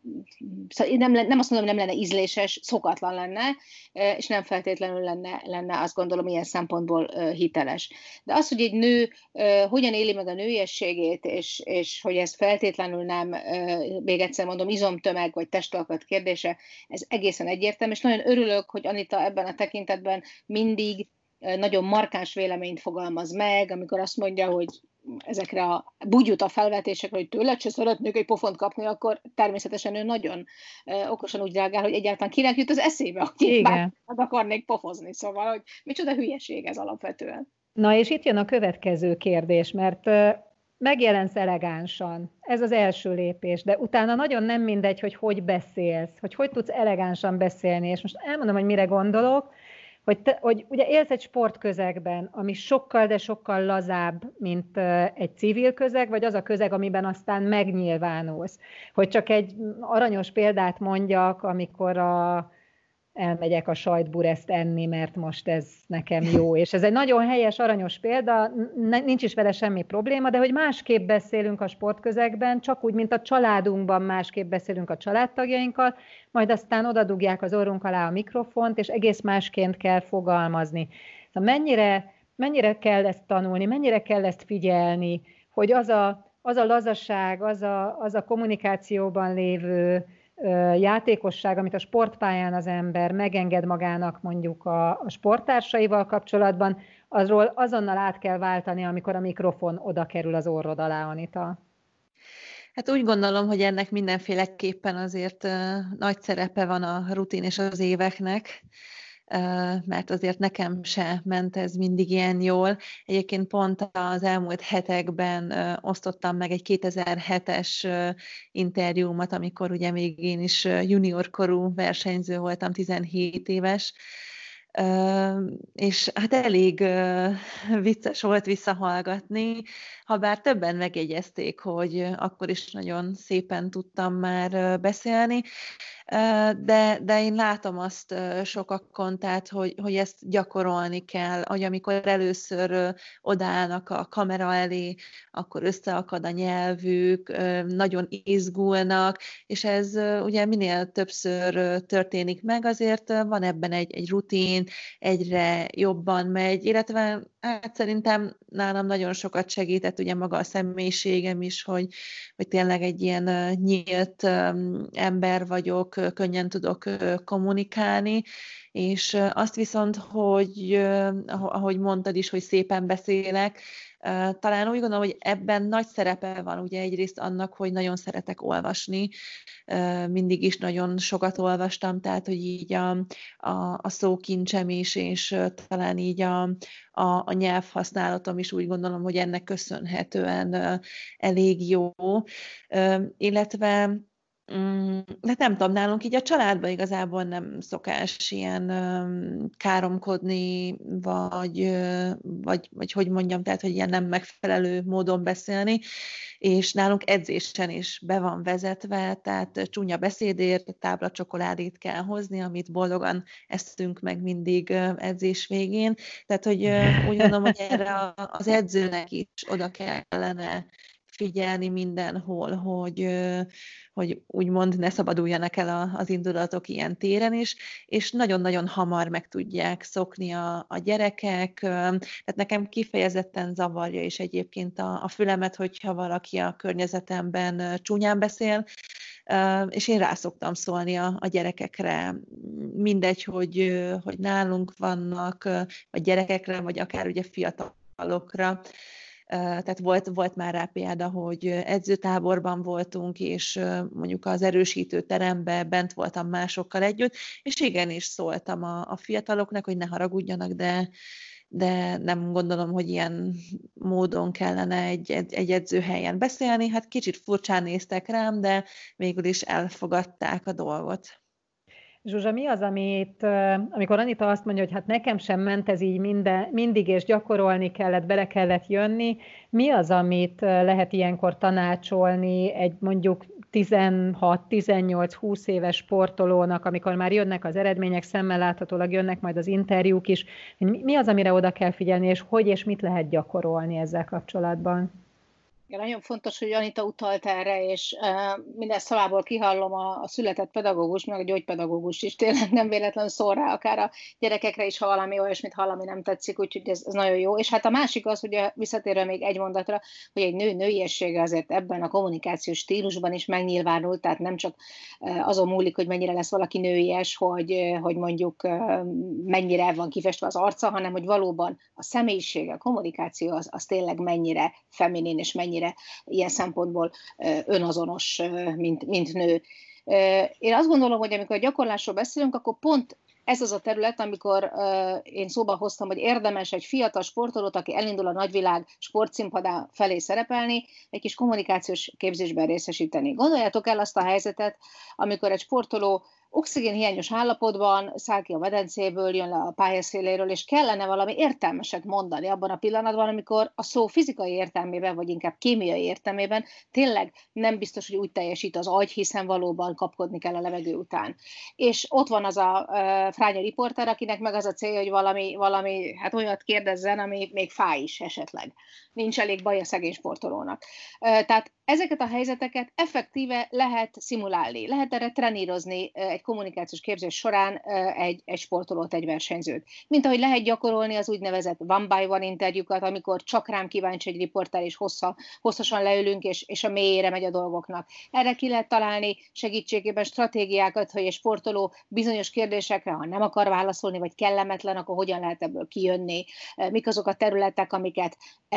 nem, nem azt mondom, nem lenne ízléses, szokatlan lenne, és nem feltétlenül lenne, lenne azt gondolom ilyen szempontból hiteles. De az, hogy egy nő hogyan éli meg a nőiességét, és, és hogy ez feltétlenül nem, még egyszer mondom, izomtömeg vagy testalkat kérdése, ez egészen egyértelmű, és nagyon örülök, hogy Anita ebben a tekintetben mindig nagyon markáns véleményt fogalmaz meg, amikor azt mondja, hogy ezekre a bugyuta felvetésekre, hogy tőled se szeretnék egy pofont kapni, akkor természetesen ő nagyon uh, okosan úgy reagál, hogy egyáltalán kinek jut az eszébe, hogy bár akarnék pofozni. Szóval, hogy micsoda hülyeség ez alapvetően. Na és itt jön a következő kérdés, mert uh, megjelensz elegánsan. Ez az első lépés, de utána nagyon nem mindegy, hogy hogy beszélsz, hogy hogy tudsz elegánsan beszélni, és most elmondom, hogy mire gondolok, Hogy, te, hogy ugye élsz egy sportközegben, ami sokkal, de sokkal lazább, mint egy civil közeg, vagy az a közeg, amiben aztán megnyilvánulsz. Hogy csak egy aranyos példát mondjak, amikor a, elmegyek a sajtbureszt enni, mert most ez nekem jó. És ez egy nagyon helyes, aranyos példa, nincs is vele semmi probléma, de hogy másképp beszélünk a sportközegben, csak úgy, mint a családunkban másképp beszélünk a családtagjainkkal, majd aztán odadugják az orrunk alá a mikrofont, és egész másként kell fogalmazni. Szóval mennyire, mennyire kell ezt tanulni, mennyire kell ezt figyelni, hogy az a, az a lazaság, az a, az a kommunikációban lévő játékosság, amit a sportpályán az ember megenged magának mondjuk a, a sporttársaival kapcsolatban, azról azonnal át kell váltani, amikor a mikrofon oda kerül az orrod alá, Anita. Hát úgy gondolom, hogy ennek mindenféleképpen azért uh, nagy szerepe van a rutin és az éveknek, uh, mert azért nekem se ment ez mindig ilyen jól. Egyébként pont az elmúlt hetekben uh, osztottam meg egy kétezer-hetes uh, interjúmat, amikor ugye még én is juniorkorú versenyző voltam, tizenhét éves, Uh, és hát elég uh, vicces volt visszahallgatni, habár többen megjegyezték, hogy akkor is nagyon szépen tudtam már uh, beszélni, uh, de, de én látom azt uh, sokakon, tehát hogy, hogy ezt gyakorolni kell, hogy amikor először uh, odaállnak a kamera elé, akkor összeakad a nyelvük, uh, nagyon izgulnak, és ez uh, ugye minél többször uh, történik meg, azért uh, van ebben egy, egy rutin, egyre jobban megy, illetve hát szerintem nálam nagyon sokat segített ugye maga a személyiségem is, hogy, hogy tényleg egy ilyen nyílt ember vagyok, könnyen tudok kommunikálni, és azt viszont, hogy ahogy mondtad is, hogy szépen beszélek, talán úgy gondolom, hogy ebben nagy szerepe van ugye egyrészt annak, hogy nagyon szeretek olvasni, mindig is nagyon sokat olvastam, tehát hogy így a, a, a szókincsem is, és talán így a, a, a nyelvhasználatom is úgy gondolom, hogy ennek köszönhetően elég jó, illetve Mm, de nem tudom, nálunk így a családban igazából nem szokás ilyen öm, káromkodni, vagy, ö, vagy, vagy hogy mondjam, tehát, hogy ilyen nem megfelelő módon beszélni, és nálunk edzésen is be van vezetve, tehát csúnya beszédért tábla csokoládét kell hozni, amit boldogan eszünk meg mindig ö, edzés végén, tehát, hogy ö, úgy gondolom, hogy erre a- az edzőnek is oda kellene figyelni mindenhol, hogy, ö, hogy úgymond ne szabaduljanak el a, az indulatok ilyen téren is, és nagyon-nagyon hamar meg tudják szokni a, a gyerekek. Tehát nekem kifejezetten zavarja is egyébként a, a fülemet, hogyha valaki a környezetemben csúnyán beszél, és én rá szoktam szólni a, a gyerekekre, mindegy, hogy, hogy nálunk vannak, vagy gyerekekre, vagy akár ugye fiatalokra. Tehát volt, volt már rá példa, hogy edzőtáborban voltunk, és mondjuk az erősítő teremben bent voltam másokkal együtt, és igenis szóltam a, a fiataloknak, hogy ne haragudjanak, de, de nem gondolom, hogy ilyen módon kellene egy, egy, egy edzőhelyen beszélni. Hát kicsit furcsán néztek rám, de végül is elfogadták a dolgot. Zsuzsa, mi az, amit, amikor Anita azt mondja, hogy hát nekem sem ment ez így minden, mindig, és gyakorolni kellett, bele kellett jönni, mi az, amit lehet ilyenkor tanácsolni egy mondjuk tizenhat, tizennyolc, húsz éves sportolónak, amikor már jönnek az eredmények, szemmel láthatólag jönnek majd az interjúk is, mi az, amire oda kell figyelni, és hogy és mit lehet gyakorolni ezzel kapcsolatban? Ja, nagyon fontos, hogy Anita utalt erre, és uh, minden szavából kihallom a, a született pedagógus, meg a gyógypedagógus is, tényleg nem véletlenül szól rá, akár a gyerekekre is, ha valami olyasmit hall, ami nem tetszik, úgyhogy ez, ez nagyon jó. És hát a másik az, hogy visszatérve még egy mondatra, hogy egy nő nőiessége azért ebben a kommunikációs stílusban is megnyilvánul, tehát nem csak uh, azon múlik, hogy mennyire lesz valaki nőies, hogy, uh, hogy mondjuk uh, mennyire van kifestve az arca, hanem hogy valóban a személyisége, a kommunikáció az, az tényleg mennyire feminin és mennyire ilyen szempontból önazonos, mint, mint nő. Én azt gondolom, hogy amikor a gyakorlásról beszélünk, akkor pont ez az a terület, amikor én szóba hoztam, hogy érdemes egy fiatal sportolót, aki elindul a nagyvilág sportszínpadá felé szerepelni, egy kis kommunikációs képzésben részesíteni. Gondoljátok el azt a helyzetet, amikor egy sportoló oxigénhiányos állapotban száll ki a medencéből, jön le a pályaszéléről, és kellene valami értelmeset mondani abban a pillanatban, amikor a szó fizikai értelmében, vagy inkább kémiai értelmében tényleg nem biztos, hogy úgy teljesít az agy, hiszen valóban kapkodni kell a levegő után. És ott van az a uh, fránya riporter, akinek meg az a célja, hogy valami, valami hát olyat kérdezzen, ami még fáj is esetleg. Nincs elég baj a szegény sportolónak. Uh, tehát ezeket a helyzeteket effektíve lehet szimulálni, lehet erre trenírozni egy kommunikációs képzés során egy, egy sportolót, egy versenyzőt. Mint ahogy lehet gyakorolni az úgynevezett one by one interjúkat, amikor csak rám kíváncsi egy riporter, és hossza, hosszasan leülünk, és, és a mélyére megy a dolgoknak. Erre ki lehet találni segítségében stratégiákat, hogy egy sportoló bizonyos kérdésekre, ha nem akar válaszolni, vagy kellemetlen, akkor hogyan lehet ebből kijönni, mik azok a területek, amiket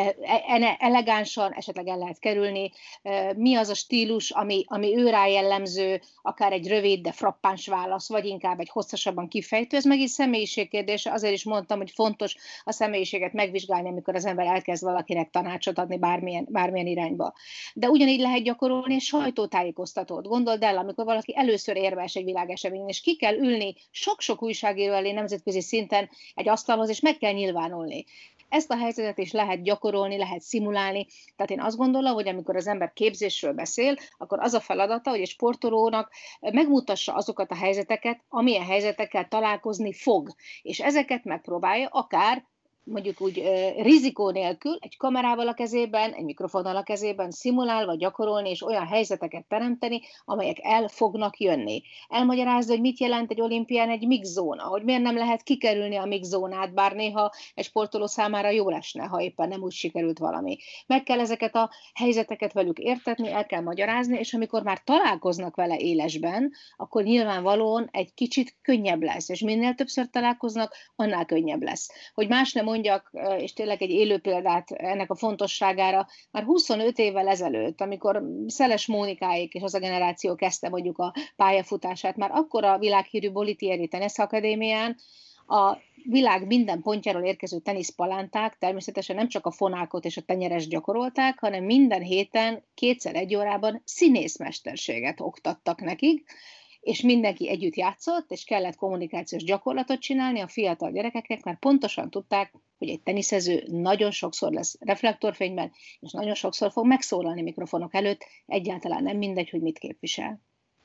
elegánsan esetleg el lehet kerülni, mi az a stílus, ami, ami őrá jellemző, akár egy rövid, de frappáns válasz, vagy inkább egy hosszasabban kifejtő. Ez meg is személyiségkérdése, azért is mondtam, hogy fontos a személyiséget megvizsgálni, amikor az ember elkezd valakinek tanácsot adni bármilyen, bármilyen irányba. De ugyanígy lehet gyakorolni egy sajtótájékoztatót. Gondold el, amikor valaki először érves egy világeseményen, és ki kell ülni sok-sok újságíró elé nemzetközi szinten egy asztalhoz, és meg kell nyilvánulni. Ezt a helyzetet is lehet gyakorolni, lehet szimulálni. Tehát én azt gondolom, hogy amikor az ember képzésről beszél, akkor az a feladata, hogy egy sportolónak megmutassa azokat a helyzeteket, amilyen helyzetekkel találkozni fog. És ezeket megpróbálja akár mondjuk úgy rizikó nélkül, egy kamerával a kezében, egy mikrofonnal a kezében szimulálva gyakorolni, és olyan helyzeteket teremteni, amelyek el fognak jönni. Elmagyarázni, hogy mit jelent egy olimpián egy mix zóna, hogy miért nem lehet kikerülni a mix zónát, bár néha egy sportoló számára jó lesne, ha éppen nem úgy sikerült valami. Meg kell ezeket a helyzeteket velük értetni, el kell magyarázni, és amikor már találkoznak vele élesben, akkor nyilvánvalóan egy kicsit könnyebb lesz, és minél többször találkoznak, annál könnyebb lesz. Hogy más nem mondjak, és tényleg egy élő példát ennek a fontosságára, már huszonöt évvel ezelőtt, amikor Szeles Mónikáék és az a generáció kezdte mondjuk a pályafutását, már akkor a világhírű Bolitieri Tennis Akadémián, a világ minden pontjáról érkező teniszpalánták természetesen nem csak a fonákot és a tenyerest gyakorolták, hanem minden héten kétszer egy órában színészmesterséget oktattak nekik, és mindenki együtt játszott, és kellett kommunikációs gyakorlatot csinálni a fiatal gyerekeknek, mert pontosan tudták, hogy egy teniszező nagyon sokszor lesz reflektorfényben, és nagyon sokszor fog megszólalni mikrofonok előtt, egyáltalán nem mindegy, hogy mit képvisel.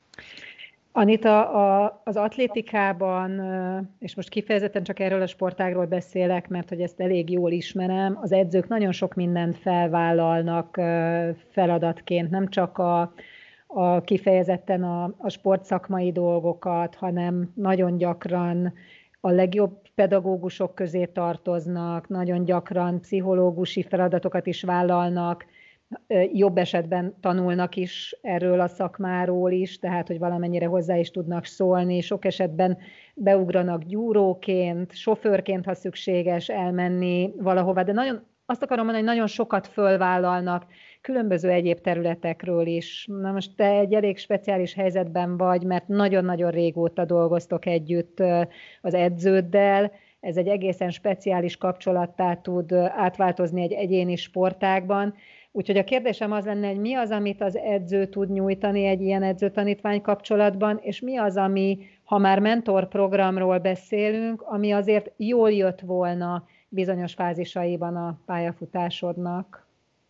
Anita, a, az atlétikában, és most kifejezetten csak erről a sportágról beszélek, mert hogy ezt elég jól ismerem, az edzők nagyon sok mindent felvállalnak feladatként, nem csak a, a kifejezetten a, a sportszakmai dolgokat, hanem nagyon gyakran a legjobb pedagógusok közé tartoznak, nagyon gyakran pszichológusi feladatokat is vállalnak, jobb esetben tanulnak is erről a szakmáról is, tehát hogy valamennyire hozzá is tudnak szólni, sok esetben beugranak gyúróként, sofőrként, ha szükséges elmenni valahova, de nagyon, azt akarom mondani, hogy nagyon sokat fölvállalnak különböző egyéb területekről is. Na most te egy elég speciális helyzetben vagy, mert nagyon-nagyon régóta dolgoztok együtt az edződdel, ez egy egészen speciális kapcsolattá tud átváltozni egy egyéni sportágban. Úgyhogy a kérdésem az lenne, hogy mi az, amit az edző tud nyújtani egy ilyen edző-tanítvány kapcsolatban, és mi az, ami, ha már mentorprogramról beszélünk, ami azért jól jött volna bizonyos fázisaiban a pályafutásodnak?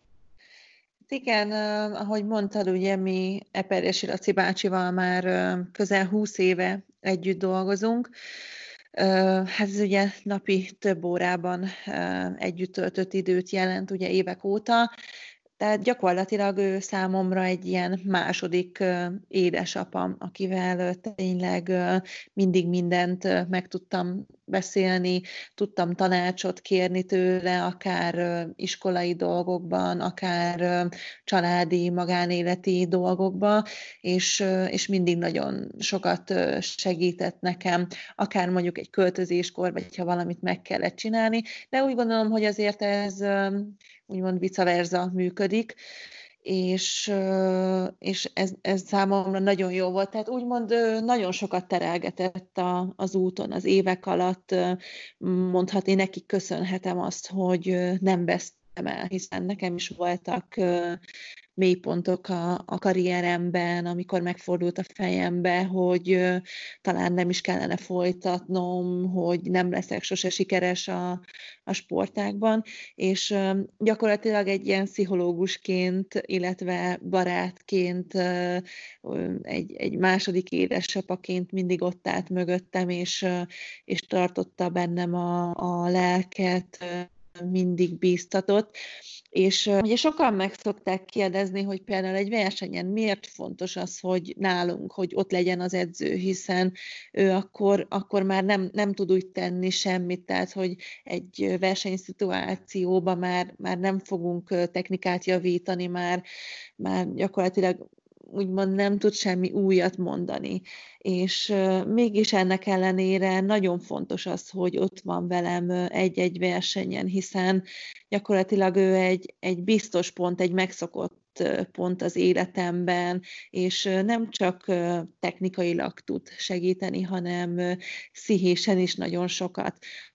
Igen, ahogy mondtad, ugye mi Eperjesi Laci bácsival már közel húsz éve együtt dolgozunk. Hát ez ugye napi több órában együtt töltött időt jelent ugye évek óta, tehát gyakorlatilag ő számomra egy ilyen második édesapa, akivel tényleg mindig mindent meg tudtam beszélni, tudtam tanácsot kérni tőle, akár iskolai dolgokban, akár családi, magánéleti dolgokban, és, és mindig nagyon sokat segített nekem, akár mondjuk egy költözéskor, vagy ha valamit meg kellett csinálni, de úgy gondolom, hogy azért ez úgymond vice versa működik, és, és ez, ez számomra nagyon jó volt. Tehát úgymond nagyon sokat terelgetett a, az úton, az évek alatt. Mondhatni, nekik köszönhetem azt, hogy nem vesztem el, hiszen nekem is voltak mélypontok a, a karrieremben, amikor megfordult a fejembe, hogy uh, talán nem is kellene folytatnom, hogy nem leszek sose sikeres a, a sportágban, és uh, gyakorlatilag egy ilyen pszichológusként, illetve barátként, uh, egy, egy második édesapaként mindig ott állt mögöttem, és, uh, és tartotta bennem a, a lelket, uh, mindig bíztatott. És uh, ugye sokan meg szokták kérdezni, hogy például egy versenyen miért fontos az, hogy nálunk, hogy ott legyen az edző, hiszen ő akkor, akkor már nem, nem tud úgy tenni semmit, tehát hogy egy versenyszituációban már, már nem fogunk technikát javítani, már, már gyakorlatilag úgymond nem tud semmi újat mondani. És uh, mégis ennek ellenére nagyon fontos az, hogy ott van velem egy-egy versenyen, hiszen gyakorlatilag ő egy, egy biztos pont, egy megszokott pont az életemben, és nem csak technikailag tud segíteni, hanem pszichésen is nagyon sokat.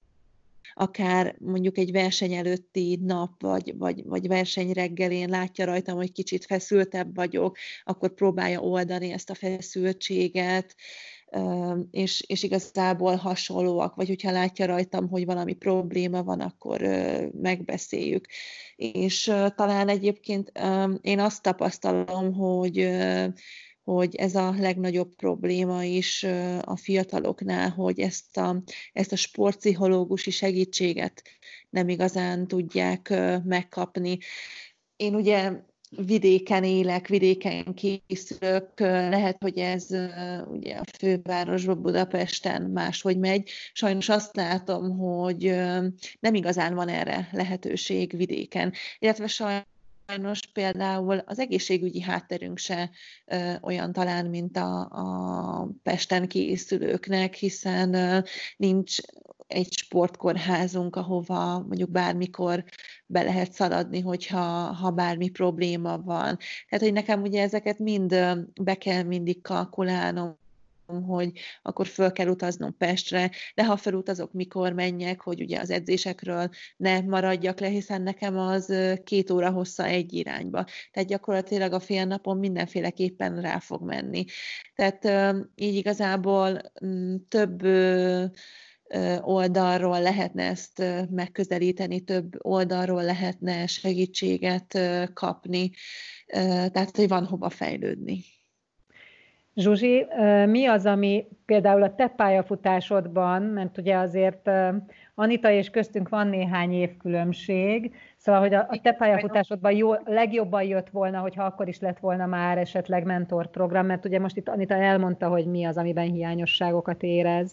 Akár mondjuk egy verseny előtti nap, vagy, vagy, vagy verseny reggelén látja rajtam, hogy kicsit feszültebb vagyok, akkor próbálja oldani ezt a feszültséget, és, és igazából hasonlóak, vagy hogyha látja rajtam, hogy valami probléma van, akkor megbeszéljük. És talán egyébként én azt tapasztalom, hogy hogy ez a legnagyobb probléma is a fiataloknál, hogy ezt a, ezt a sportpszichológusi segítséget nem igazán tudják megkapni. Én ugye vidéken élek, vidéken készülök, lehet, hogy ez ugye a fővárosban, Budapesten máshogy megy. Sajnos azt látom, hogy nem igazán van erre lehetőség vidéken, illetve sajnos Sajnos például az egészségügyi hátterünk se ö, olyan talán, mint a, a Pesten készülőknek, hiszen ö, nincs egy sportkórházunk, ahova mondjuk bármikor be lehet szaladni, hogyha ha bármi probléma van. Tehát, hogy nekem ugye ezeket mind ö, be kell mindig kalkulálnom, hogy akkor föl kell utaznom Pestre, de ha felutazok, mikor menjek, hogy ugye az edzésekről ne maradjak le, hiszen nekem az két óra hossza egy irányba. Tehát gyakorlatilag a fél napon mindenféleképpen rá fog menni. Tehát így igazából több oldalról lehetne ezt megközelíteni, több oldalról lehetne segítséget kapni, tehát hogy van hova fejlődni. Zsuzsi, mi az, ami például a te pályafutásodban, mert ugye azért Anita és köztünk van néhány évkülönbség, szóval, hogy a te pályafutásodban jó, legjobban jött volna, hogyha akkor is lett volna már esetleg mentorprogram, mert ugye most itt Anita elmondta, hogy mi az, amiben hiányosságokat érez.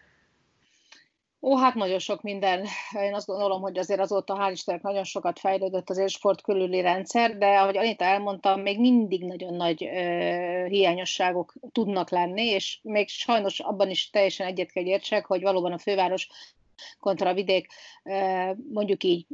Ó, hát nagyon sok minden. Én azt gondolom, hogy azért azóta hál' Istennek nagyon sokat fejlődött az élsport körüli rendszer, de ahogy Anita elmondta, még mindig nagyon nagy ö, hiányosságok tudnak lenni, és még sajnos abban is teljesen egyet kell értsek, hogy valóban a főváros kontra a vidék, mondjuk így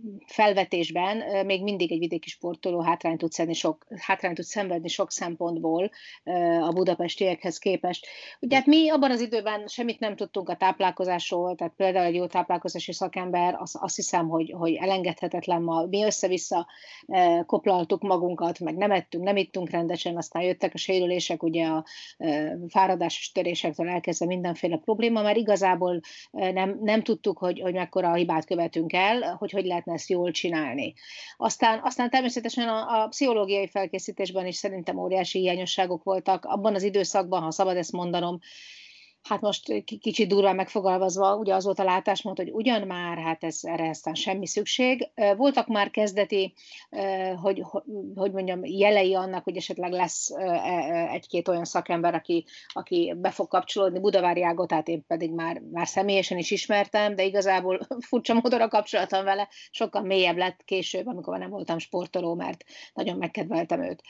felvetésben még mindig egy vidéki sportoló hátrányt tud, szedni sok, hátrányt tud szenvedni sok szempontból a budapestiekhez képest. Ugye hát mi abban az időben semmit nem tudtunk a táplálkozásról, tehát például egy jó táplálkozási szakember, azt, azt hiszem, hogy, hogy elengedhetetlen ma. Mi össze-vissza koplaltuk magunkat, meg nem ettünk, nem ittunk rendesen, aztán jöttek a sérülések, ugye a fáradásos törésektől elkezdve mindenféle probléma, mert igazából nem, nem tudtuk, hogy, hogy mekkora a hibát követünk el, hogy hogy lehetne ezt jól csinálni. Aztán, aztán természetesen a, a pszichológiai felkészítésben is szerintem óriási hiányosságok voltak. Abban az időszakban, ha szabad ezt mondanom, hát most kicsit durván megfogalmazva, ugye az volt a látásmód, hogy ugyan már, hát ez, erre aztán semmi szükség. Voltak már kezdeti, hogy, hogy mondjam, jelei annak, hogy esetleg lesz egy-két olyan szakember, aki, aki be fog kapcsolódni. Budavári Ágotát én pedig már, már személyesen is ismertem, de igazából furcsa módon a kapcsolatom vele sokkal mélyebb lett később, amikor nem voltam sportoló, mert nagyon megkedveltem őt.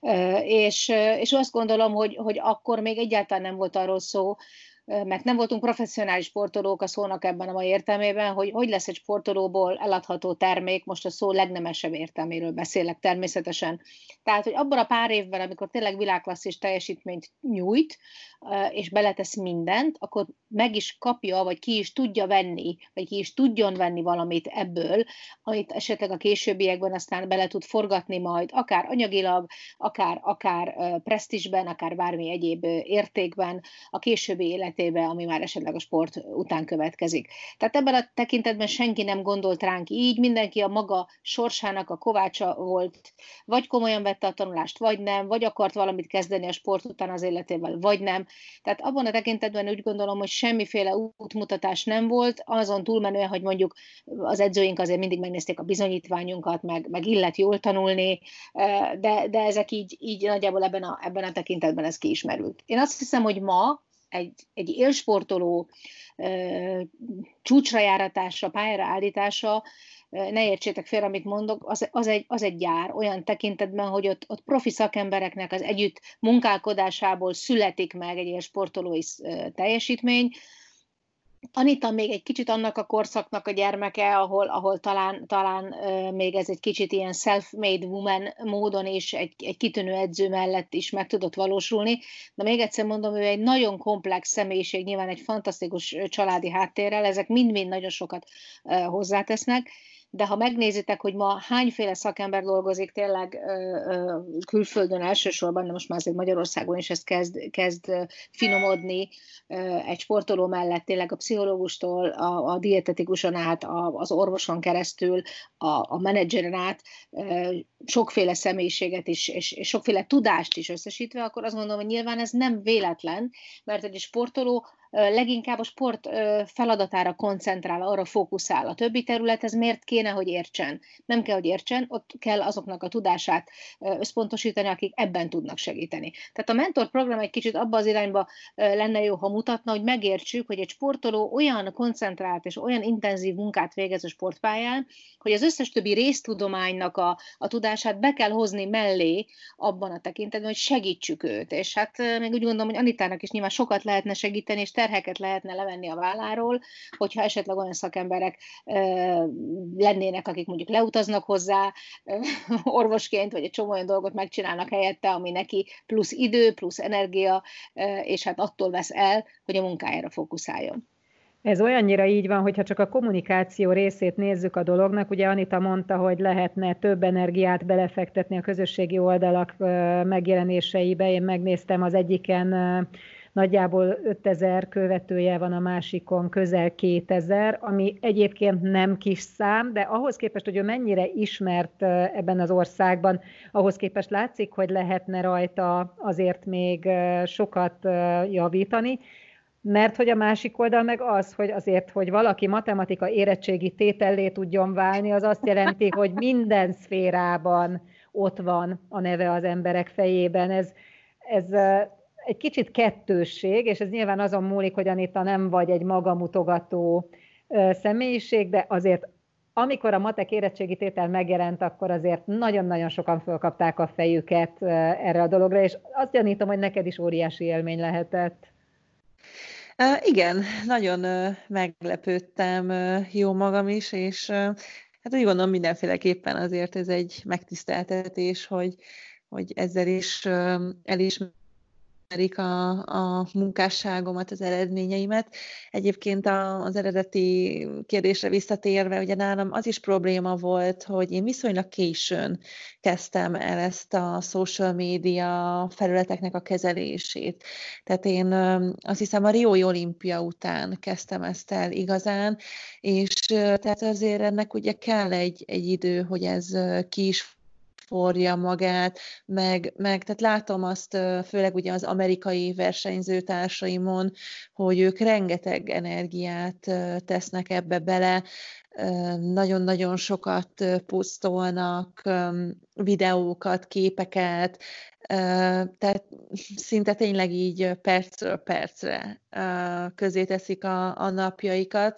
És, és azt gondolom, hogy, hogy akkor még egyáltalán nem volt arról szó, mert nem voltunk professzionális sportolók a szónak ebben a mai értelmében, hogy hogy lesz egy sportolóból eladható termék, most a szó legnemesebb értelméről beszélek természetesen. Tehát, hogy abban a pár évben, amikor tényleg világklasszis teljesítményt nyújt, és beletesz mindent, akkor meg is kapja, vagy ki is tudja venni, vagy ki is tudjon venni valamit ebből, amit esetleg a későbbiekben aztán bele tud forgatni majd, akár anyagilag, akár, akár presztízsben, akár bármi egyéb értékben, a későbbi életébe, ami már esetleg a sport után következik. Tehát ebben a tekintetben senki nem gondolt ránk így, mindenki a maga sorsának a kovácsa volt, vagy komolyan vette a tanulást, vagy nem, vagy akart valamit kezdeni a sport után az életével, vagy nem. Tehát abban a tekintetben úgy gondolom, hogy semmiféle útmutatás nem volt, azon túlmenően, hogy mondjuk az edzőink azért mindig megnézték a bizonyítványunkat, meg, meg illet jól tanulni, de, de ezek így, így nagyjából ebben a, ebben a tekintetben ez kiismerült. Én azt hiszem, hogy ma egy, egy élsportoló csúcsra járatása, pályára állítása, ne értsétek félre, amit mondok, az, az, egy, az egy gyár olyan tekintetben, hogy ott, ott profi szakembereknek az együtt munkálkodásából születik meg egy ilyen sportolói teljesítmény. Anita még egy kicsit annak a korszaknak a gyermeke, ahol, ahol talán, talán uh, még ez egy kicsit ilyen self-made woman módon is egy, egy kitűnő edző mellett is meg tudott valósulni. De még egyszer mondom, ő egy nagyon komplex személyiség, nyilván egy fantasztikus családi háttérrel, ezek mind-mind nagyon sokat uh, hozzátesznek. De ha megnézitek, hogy ma hányféle szakember dolgozik tényleg ö, ö, külföldön elsősorban, de most már azért Magyarországon is ez kezd, kezd finomodni ö, egy sportoló mellett, tényleg a pszichológustól, a, a dietetikuson át, a, az orvoson keresztül, a, a menedzseren át, ö, sokféle személyiséget is, és, és sokféle tudást is összesítve, akkor azt gondolom, hogy nyilván ez nem véletlen, mert egy sportoló leginkább a sport feladatára koncentrál, arra fókuszál. A többi területhez miért kéne, hogy értsen? Nem kell, hogy értsen, ott kell azoknak a tudását összpontosítani, akik ebben tudnak segíteni. Tehát a mentorprogram egy kicsit abba az irányba lenne jó, ha mutatna, hogy megértsük, hogy egy sportoló olyan koncentrált és olyan intenzív munkát végez a sportpályán, hogy az összes többi résztudománynak a, a tudását be kell hozni mellé abban a tekintetben, hogy segítsük őt. És hát még úgy gondolom, hogy Anitának is nyilván sokat lehetne segíteni, és terheket lehetne levenni a válláról, hogyha esetleg olyan szakemberek lennének, akik mondjuk leutaznak hozzá orvosként, vagy egy csomó olyan dolgot megcsinálnak helyette, ami neki plusz idő, plusz energia, és hát attól vesz el, hogy a munkájára fókuszáljon. Ez olyannyira így van, hogyha csak a kommunikáció részét nézzük a dolognak, ugye Anita mondta, hogy lehetne több energiát belefektetni a közösségi oldalak megjelenéseibe. Én megnéztem, az egyiken nagyjából ötezer követője van, a másikon közel kétezer, ami egyébként nem kis szám, de ahhoz képest, hogy ő mennyire ismert ebben az országban, ahhoz képest látszik, hogy lehetne rajta azért még sokat javítani. Mert hogy a másik oldal meg az, hogy azért, hogy valaki matematika érettségi tétellé tudjon válni, az azt jelenti, hogy minden szférában ott van a neve az emberek fejében. Ez, ez egy kicsit kettősség, és ez nyilván azon múlik, hogy Anita nem vagy egy magamutogató személyiség, de azért amikor a matek érettségi tétel megjelent, akkor azért nagyon-nagyon sokan fölkapták a fejüket erre a dologra, és azt gyanítom, hogy neked is óriási élmény lehetett. Uh, igen, nagyon uh, meglepődtem uh, jó magam is, és uh, hát úgy gondolom mindenféleképpen azért ez egy megtiszteltetés, hogy, hogy ezzel is uh, elismerik A, a munkásságomat, az eredményeimet. Egyébként a, az eredeti kérdésre visszatérve, ugye nálam az is probléma volt, hogy én viszonylag későn kezdtem el ezt a social media felületeknek a kezelését. Tehát én azt hiszem a Riói olimpia után kezdtem ezt el igazán, és tehát azért ennek ugye kell egy, egy idő, hogy ez ki is forja magát, meg, meg tehát látom azt, főleg ugye az amerikai versenyzőtársaimon, hogy ők rengeteg energiát tesznek ebbe bele, nagyon-nagyon sokat pusztolnak, videókat, képeket, tehát szinte tényleg így percről percre közé teszik a, a napjaikat.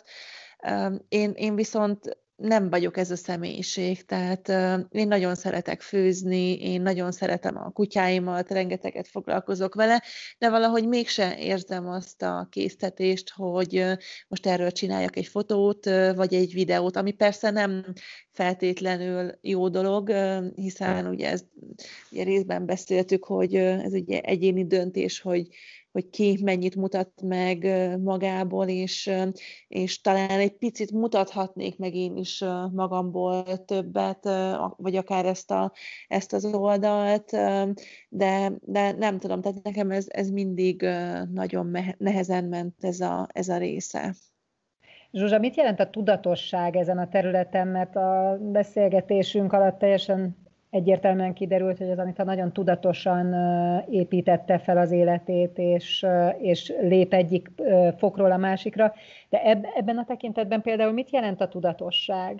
Én, én viszont nem vagyok ez a személyiség, tehát uh, én nagyon szeretek főzni, én nagyon szeretem a kutyáimat, rengeteget foglalkozok vele, de valahogy mégse érzem azt a késztetést, hogy uh, most erről csináljak egy fotót, uh, vagy egy videót, ami persze nem feltétlenül jó dolog, uh, hiszen ugye, ezt, ugye részben beszéltük, hogy uh, ez ugye egyéni döntés, hogy hogy ki mennyit mutat meg magából, és, és talán egy picit mutathatnék meg én is magamból többet, vagy akár ezt, a, ezt az oldalt, de, de nem tudom, tehát nekem ez, ez mindig nagyon nehezen ment ez a, ez a része. Zsuzsa, mit jelent a tudatosság ezen a területen, mert a beszélgetésünk alatt teljesen egyértelműen kiderült, hogy az Anita nagyon tudatosan építette fel az életét, és, és lép egyik fokról a másikra. De ebben a tekintetben például mit jelent a tudatosság?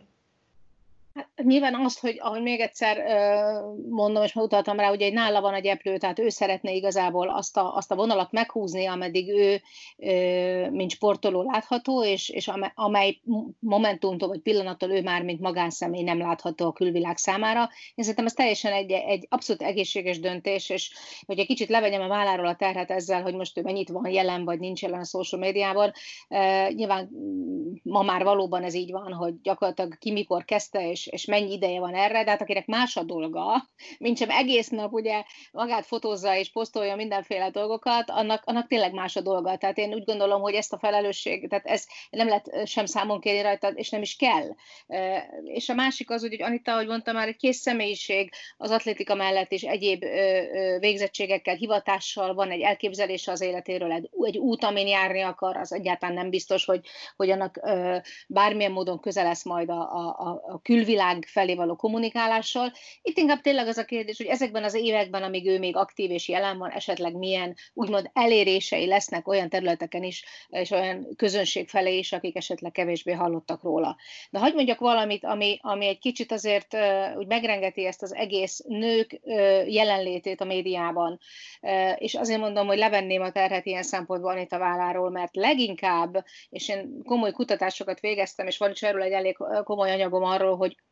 Hát, nyilván azt, hogy ahogy még egyszer mondom, és utaltam rá, hogy egy nála van a gyeplő, tehát ő szeretne igazából azt a, azt a vonalat meghúzni, ameddig ő, mint sportoló látható, és, és amely momentumtól vagy pillanattól ő már, mint magánszemély nem látható a külvilág számára. Én szerintem ez teljesen egy, egy abszolút egészséges döntés, és hogy egy kicsit levegyem a válláról a terhet ezzel, hogy most ő mennyit van jelen, vagy nincs jelen a social médiában. Nyilván ma már valóban ez így van, hogy gyakorlatilag ki mikor kezdte, és és mennyi ideje van erre, de hát akinek más a dolga, mint sem egész nap ugye magát fotózza és posztolja mindenféle dolgokat, annak, annak tényleg más a dolga. Tehát én úgy gondolom, hogy ezt a felelősség, tehát ez nem lehet sem számon kérni rajta, és nem is kell. És a másik az, hogy Anita, ahogy mondtam már, egy kész személyiség az atlétika mellett és egyéb végzettségekkel, hivatással van egy elképzelése az életéről, egy, egy út, amin járni akar, az egyáltalán nem biztos, hogy, hogy annak bármilyen módon köze lesz majd a, a, a külvilág felé való kommunikálással. Itt inkább tényleg az a kérdés, hogy ezekben az években, amíg ő még aktív és jelen van, esetleg milyen úgymond elérései lesznek olyan területeken is, és olyan közönség felé is, akik esetleg kevésbé hallottak róla. De hadd mondjak valamit, ami, ami egy kicsit azért uh, úgy megrengeti ezt az egész nők uh, jelenlétét a médiában. Uh, és azért mondom, hogy levenném a terhet ilyen szempontból Anita válláról, mert leginkább, és én komoly kutatásokat végeztem, és van is erről egy elég komoly anyagom arról, hogy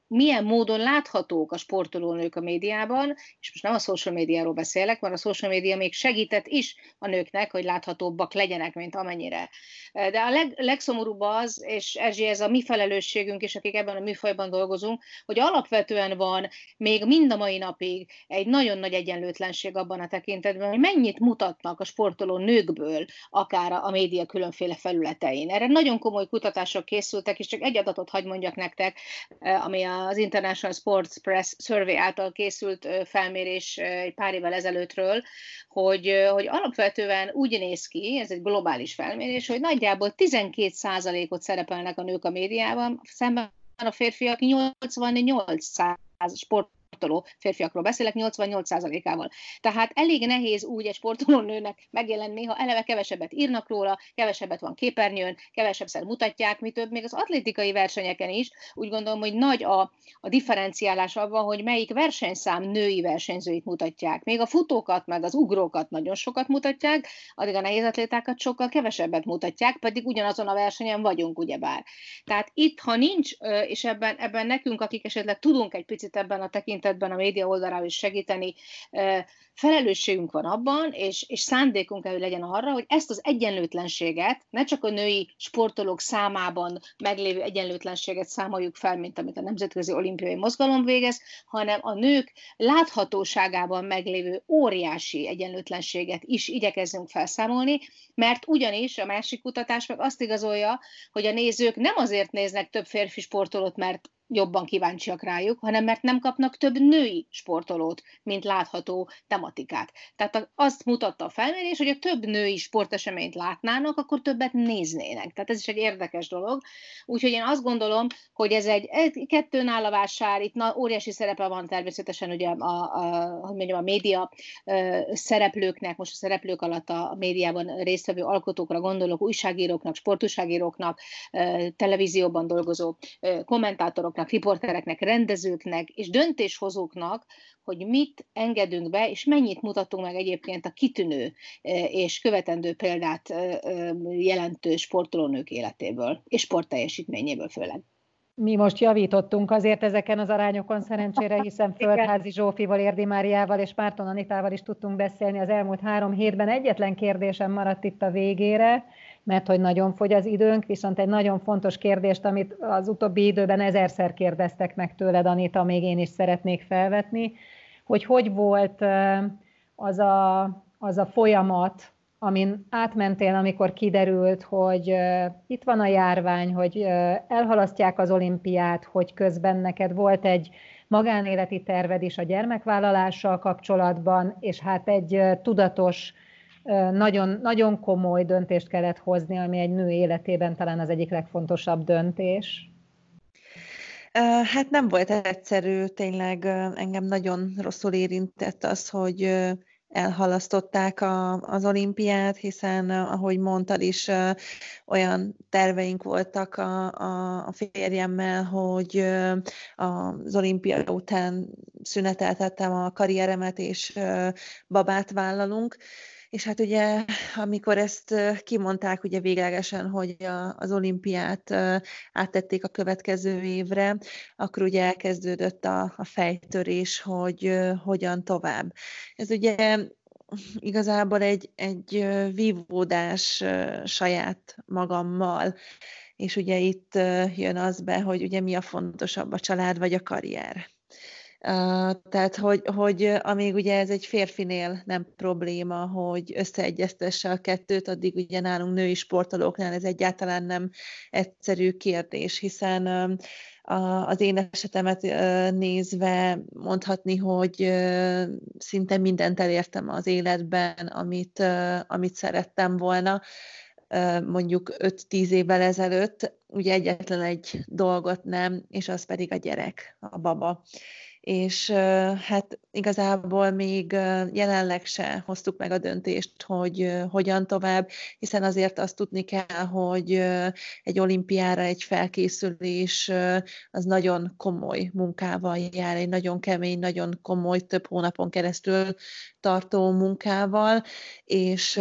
milyen módon láthatók a sportolónők a médiában, és most nem a social médiáról beszélek, mert a social média még segített is a nőknek, hogy láthatóbbak legyenek, mint amennyire. De a leg, legszomorúbb az, és Erzsi, ez a mi felelősségünk is, akik ebben a műfajban dolgozunk, hogy alapvetően van még mind a mai napig egy nagyon nagy egyenlőtlenség abban a tekintetben, hogy mennyit mutatnak a sportoló nőkből, akár a média különféle felületein. Erre nagyon komoly kutatások készültek, és csak egy adatot hadd mondjak nektek, ami az International Sports Press Survey által készült felmérés egy pár évvel ezelőttről, hogy, hogy alapvetően úgy néz ki, ez egy globális felmérés, hogy nagyjából tizenkét százalékot szerepelnek a nők a médiában, szemben a férfiak nyolcvannyolc százalék sport férfiakról beszélek, nyolcvannyolc százalékával. Tehát elég nehéz úgy egy sportolónőnek megjelenni, ha eleve kevesebbet írnak róla, kevesebbet van képernyőn, kevesebbszer mutatják, mi több, még az atlétikai versenyeken is. Úgy gondolom, hogy nagy a, a differenciálás abban, hogy melyik versenyszám női versenyzőit mutatják. Még a futókat, meg az ugrókat nagyon sokat mutatják, addig a nehézatlétákat sokkal kevesebbet mutatják, pedig ugyanazon a versenyen vagyunk, ugyebár. Tehát itt, ha nincs, és ebben, ebben nekünk, akik esetleg tudunk egy picit ebben a tekintetben, ebben a média oldaláról is segíteni, felelősségünk van abban, és, és szándékunk kell, hogy legyen arra, hogy ezt az egyenlőtlenséget, ne csak a női sportolók számában meglévő egyenlőtlenséget számoljuk fel, mint amit a Nemzetközi Olimpiai Mozgalom végez, hanem a nők láthatóságában meglévő óriási egyenlőtlenséget is igyekezzünk felszámolni, mert ugyanis a másik kutatás meg azt igazolja, hogy a nézők nem azért néznek több férfi sportolót, mert jobban kíváncsiak rájuk, hanem mert nem kapnak több női sportolót, mint látható tematikát. Tehát azt mutatta a felmérés, hogy a több női sporteseményt látnának, akkor többet néznének. Tehát ez is egy érdekes dolog. Úgyhogy én azt gondolom, hogy ez egy, egy kettőn áll a vásár, itt na, óriási szerepe van természetesen ugye a, a, hogy mondjam, a média ö, szereplőknek, most a szereplők alatt a médiában résztvevő alkotókra gondolok, újságíróknak, sportújságíróknak, ö, televízióban dolgozó ö, kommentátoroknak, riportereknek, rendezőknek és döntéshozóknak, hogy mit engedünk be, és mennyit mutatunk meg egyébként a kitűnő és követendő példát jelentő sportolónők életéből, és sportteljesítményéből főleg. Mi most javítottunk azért ezeken az arányokon szerencsére, hiszen Földházi Zsófival, Érdi Máriával és Márton Anitával is tudtunk beszélni az elmúlt három hétben. Egyetlen kérdésem maradt itt a végére, mert hogy nagyon fogy az időnk, viszont egy nagyon fontos kérdést, amit az utóbbi időben ezerszer kérdeztek meg tőled, Anita, még én is szeretnék felvetni, hogy hogy volt az a, az a folyamat, amin átmentél, amikor kiderült, hogy uh, itt van a járvány, hogy uh, elhalasztják az olimpiát, hogy közben neked volt egy magánéleti terved is a gyermekvállalással kapcsolatban, és hát egy uh, tudatos, uh, nagyon, nagyon komoly döntést kellett hozni, ami egy nő életében talán az egyik legfontosabb döntés. Hát nem volt egyszerű, tényleg engem nagyon rosszul érintett az, hogy elhalasztották a, az olimpiát, hiszen, ahogy mondtad is, olyan terveink voltak a, a, a férjemmel, hogy az olimpia után szüneteltettem a karrieremet, és babát vállalunk. És hát ugye, amikor ezt kimondták ugye véglegesen, hogy a, az olimpiát áttették a következő évre, akkor ugye elkezdődött a, a fejtörés, hogy hogyan tovább. Ez ugye igazából egy, egy vívódás saját magammal, és ugye itt jön az be, hogy ugye mi a fontosabb, a család vagy a karrier. Uh, tehát, hogy, hogy amíg ugye ez egy férfinél nem probléma, hogy összeegyeztesse a kettőt, addig ugye nálunk női sportolóknál ez egyáltalán nem egyszerű kérdés, hiszen uh, a, az én esetemet uh, nézve mondhatni, hogy uh, szinte mindent elértem az életben, amit, uh, amit szerettem volna, uh, mondjuk öt-tíz évvel ezelőtt, ugye egyetlen egy dolgot nem, és az pedig a gyerek, a baba. És hát igazából még jelenleg se hoztuk meg a döntést, hogy hogyan tovább, hiszen azért azt tudni kell, hogy egy olimpiára egy felkészülés az nagyon komoly munkával jár, egy nagyon kemény, nagyon komoly, több hónapon keresztül tartó munkával, és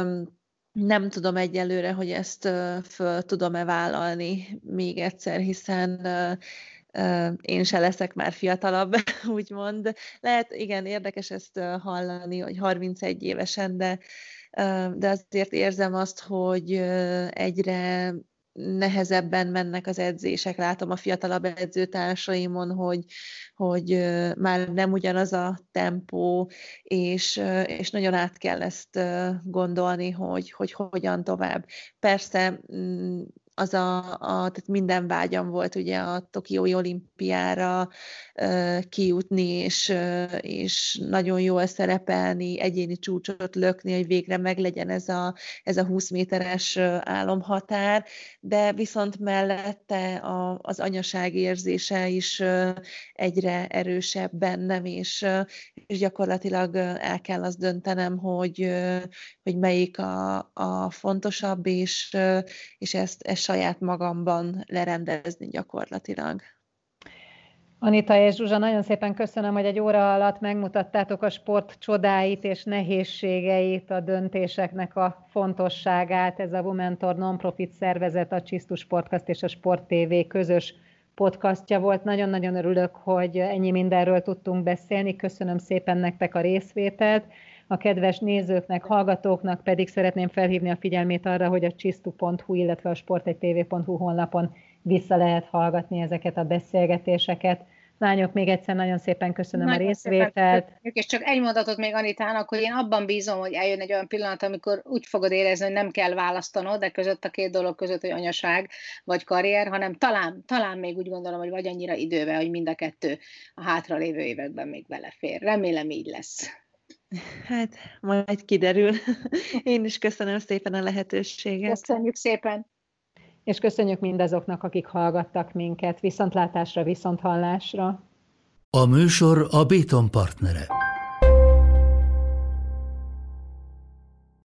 nem tudom egyelőre, hogy ezt föl tudom-e vállalni még egyszer, hiszen én se leszek már fiatalabb, úgymond. Lehet, igen, érdekes ezt hallani, hogy harmincegy évesen, de, de azért érzem azt, hogy egyre nehezebben mennek az edzések. Látom a fiatalabb edzőtársaimon, hogy, hogy már nem ugyanaz a tempó, és, és nagyon át kell ezt gondolni, hogy, hogy hogyan tovább. Persze az a, a, tehát minden vágyam volt ugye a Tokiói olimpiára uh, kijutni, és, uh, és nagyon jól szerepelni, egyéni csúcsot lökni, hogy végre meglegyen ez a, ez a húsz méteres uh, álomhatár, de viszont mellette a, az anyaság érzése is uh, egyre erősebb bennem, és, uh, és gyakorlatilag uh, el kell azt döntenem, hogy, uh, hogy melyik a, a fontosabb, és, uh, és ezt, ezt saját magamban lerendezni gyakorlatilag. Anita és Zsuzsa, nagyon szépen köszönöm, hogy egy óra alatt megmutattátok a sport csodáit és nehézségeit, a döntéseknek a fontosságát. Ez a Womentor non-profit szervezet, a Csisztus Podcast és a Sport té vé közös podcastja volt. Nagyon-nagyon örülök, hogy ennyi mindenről tudtunk beszélni. Köszönöm szépen nektek a részvételt. A kedves nézőknek, hallgatóknak pedig szeretném felhívni a figyelmét arra, hogy a csisztu pont hu, illetve a sport egy té vé pont hu honlapon vissza lehet hallgatni ezeket a beszélgetéseket. Lányok, még egyszer nagyon szépen köszönöm nagyon a részvételt. És csak egy mondatot még Anitának, hogy én abban bízom, hogy eljön egy olyan pillanat, amikor úgy fogod érezni, hogy nem kell választanod, de között a két dolog között, hogy anyaság vagy karrier, hanem talán, talán még úgy gondolom, hogy vagy annyira idővel, hogy mind a kettő a hátralévő években még belefér. Remélem így lesz. Hát, majd kiderül. Én is köszönöm szépen a lehetőséget. Köszönjük szépen. És köszönjük mindazoknak, akik hallgattak minket. Viszontlátásra, viszonthallásra. A műsor a Béton partnere.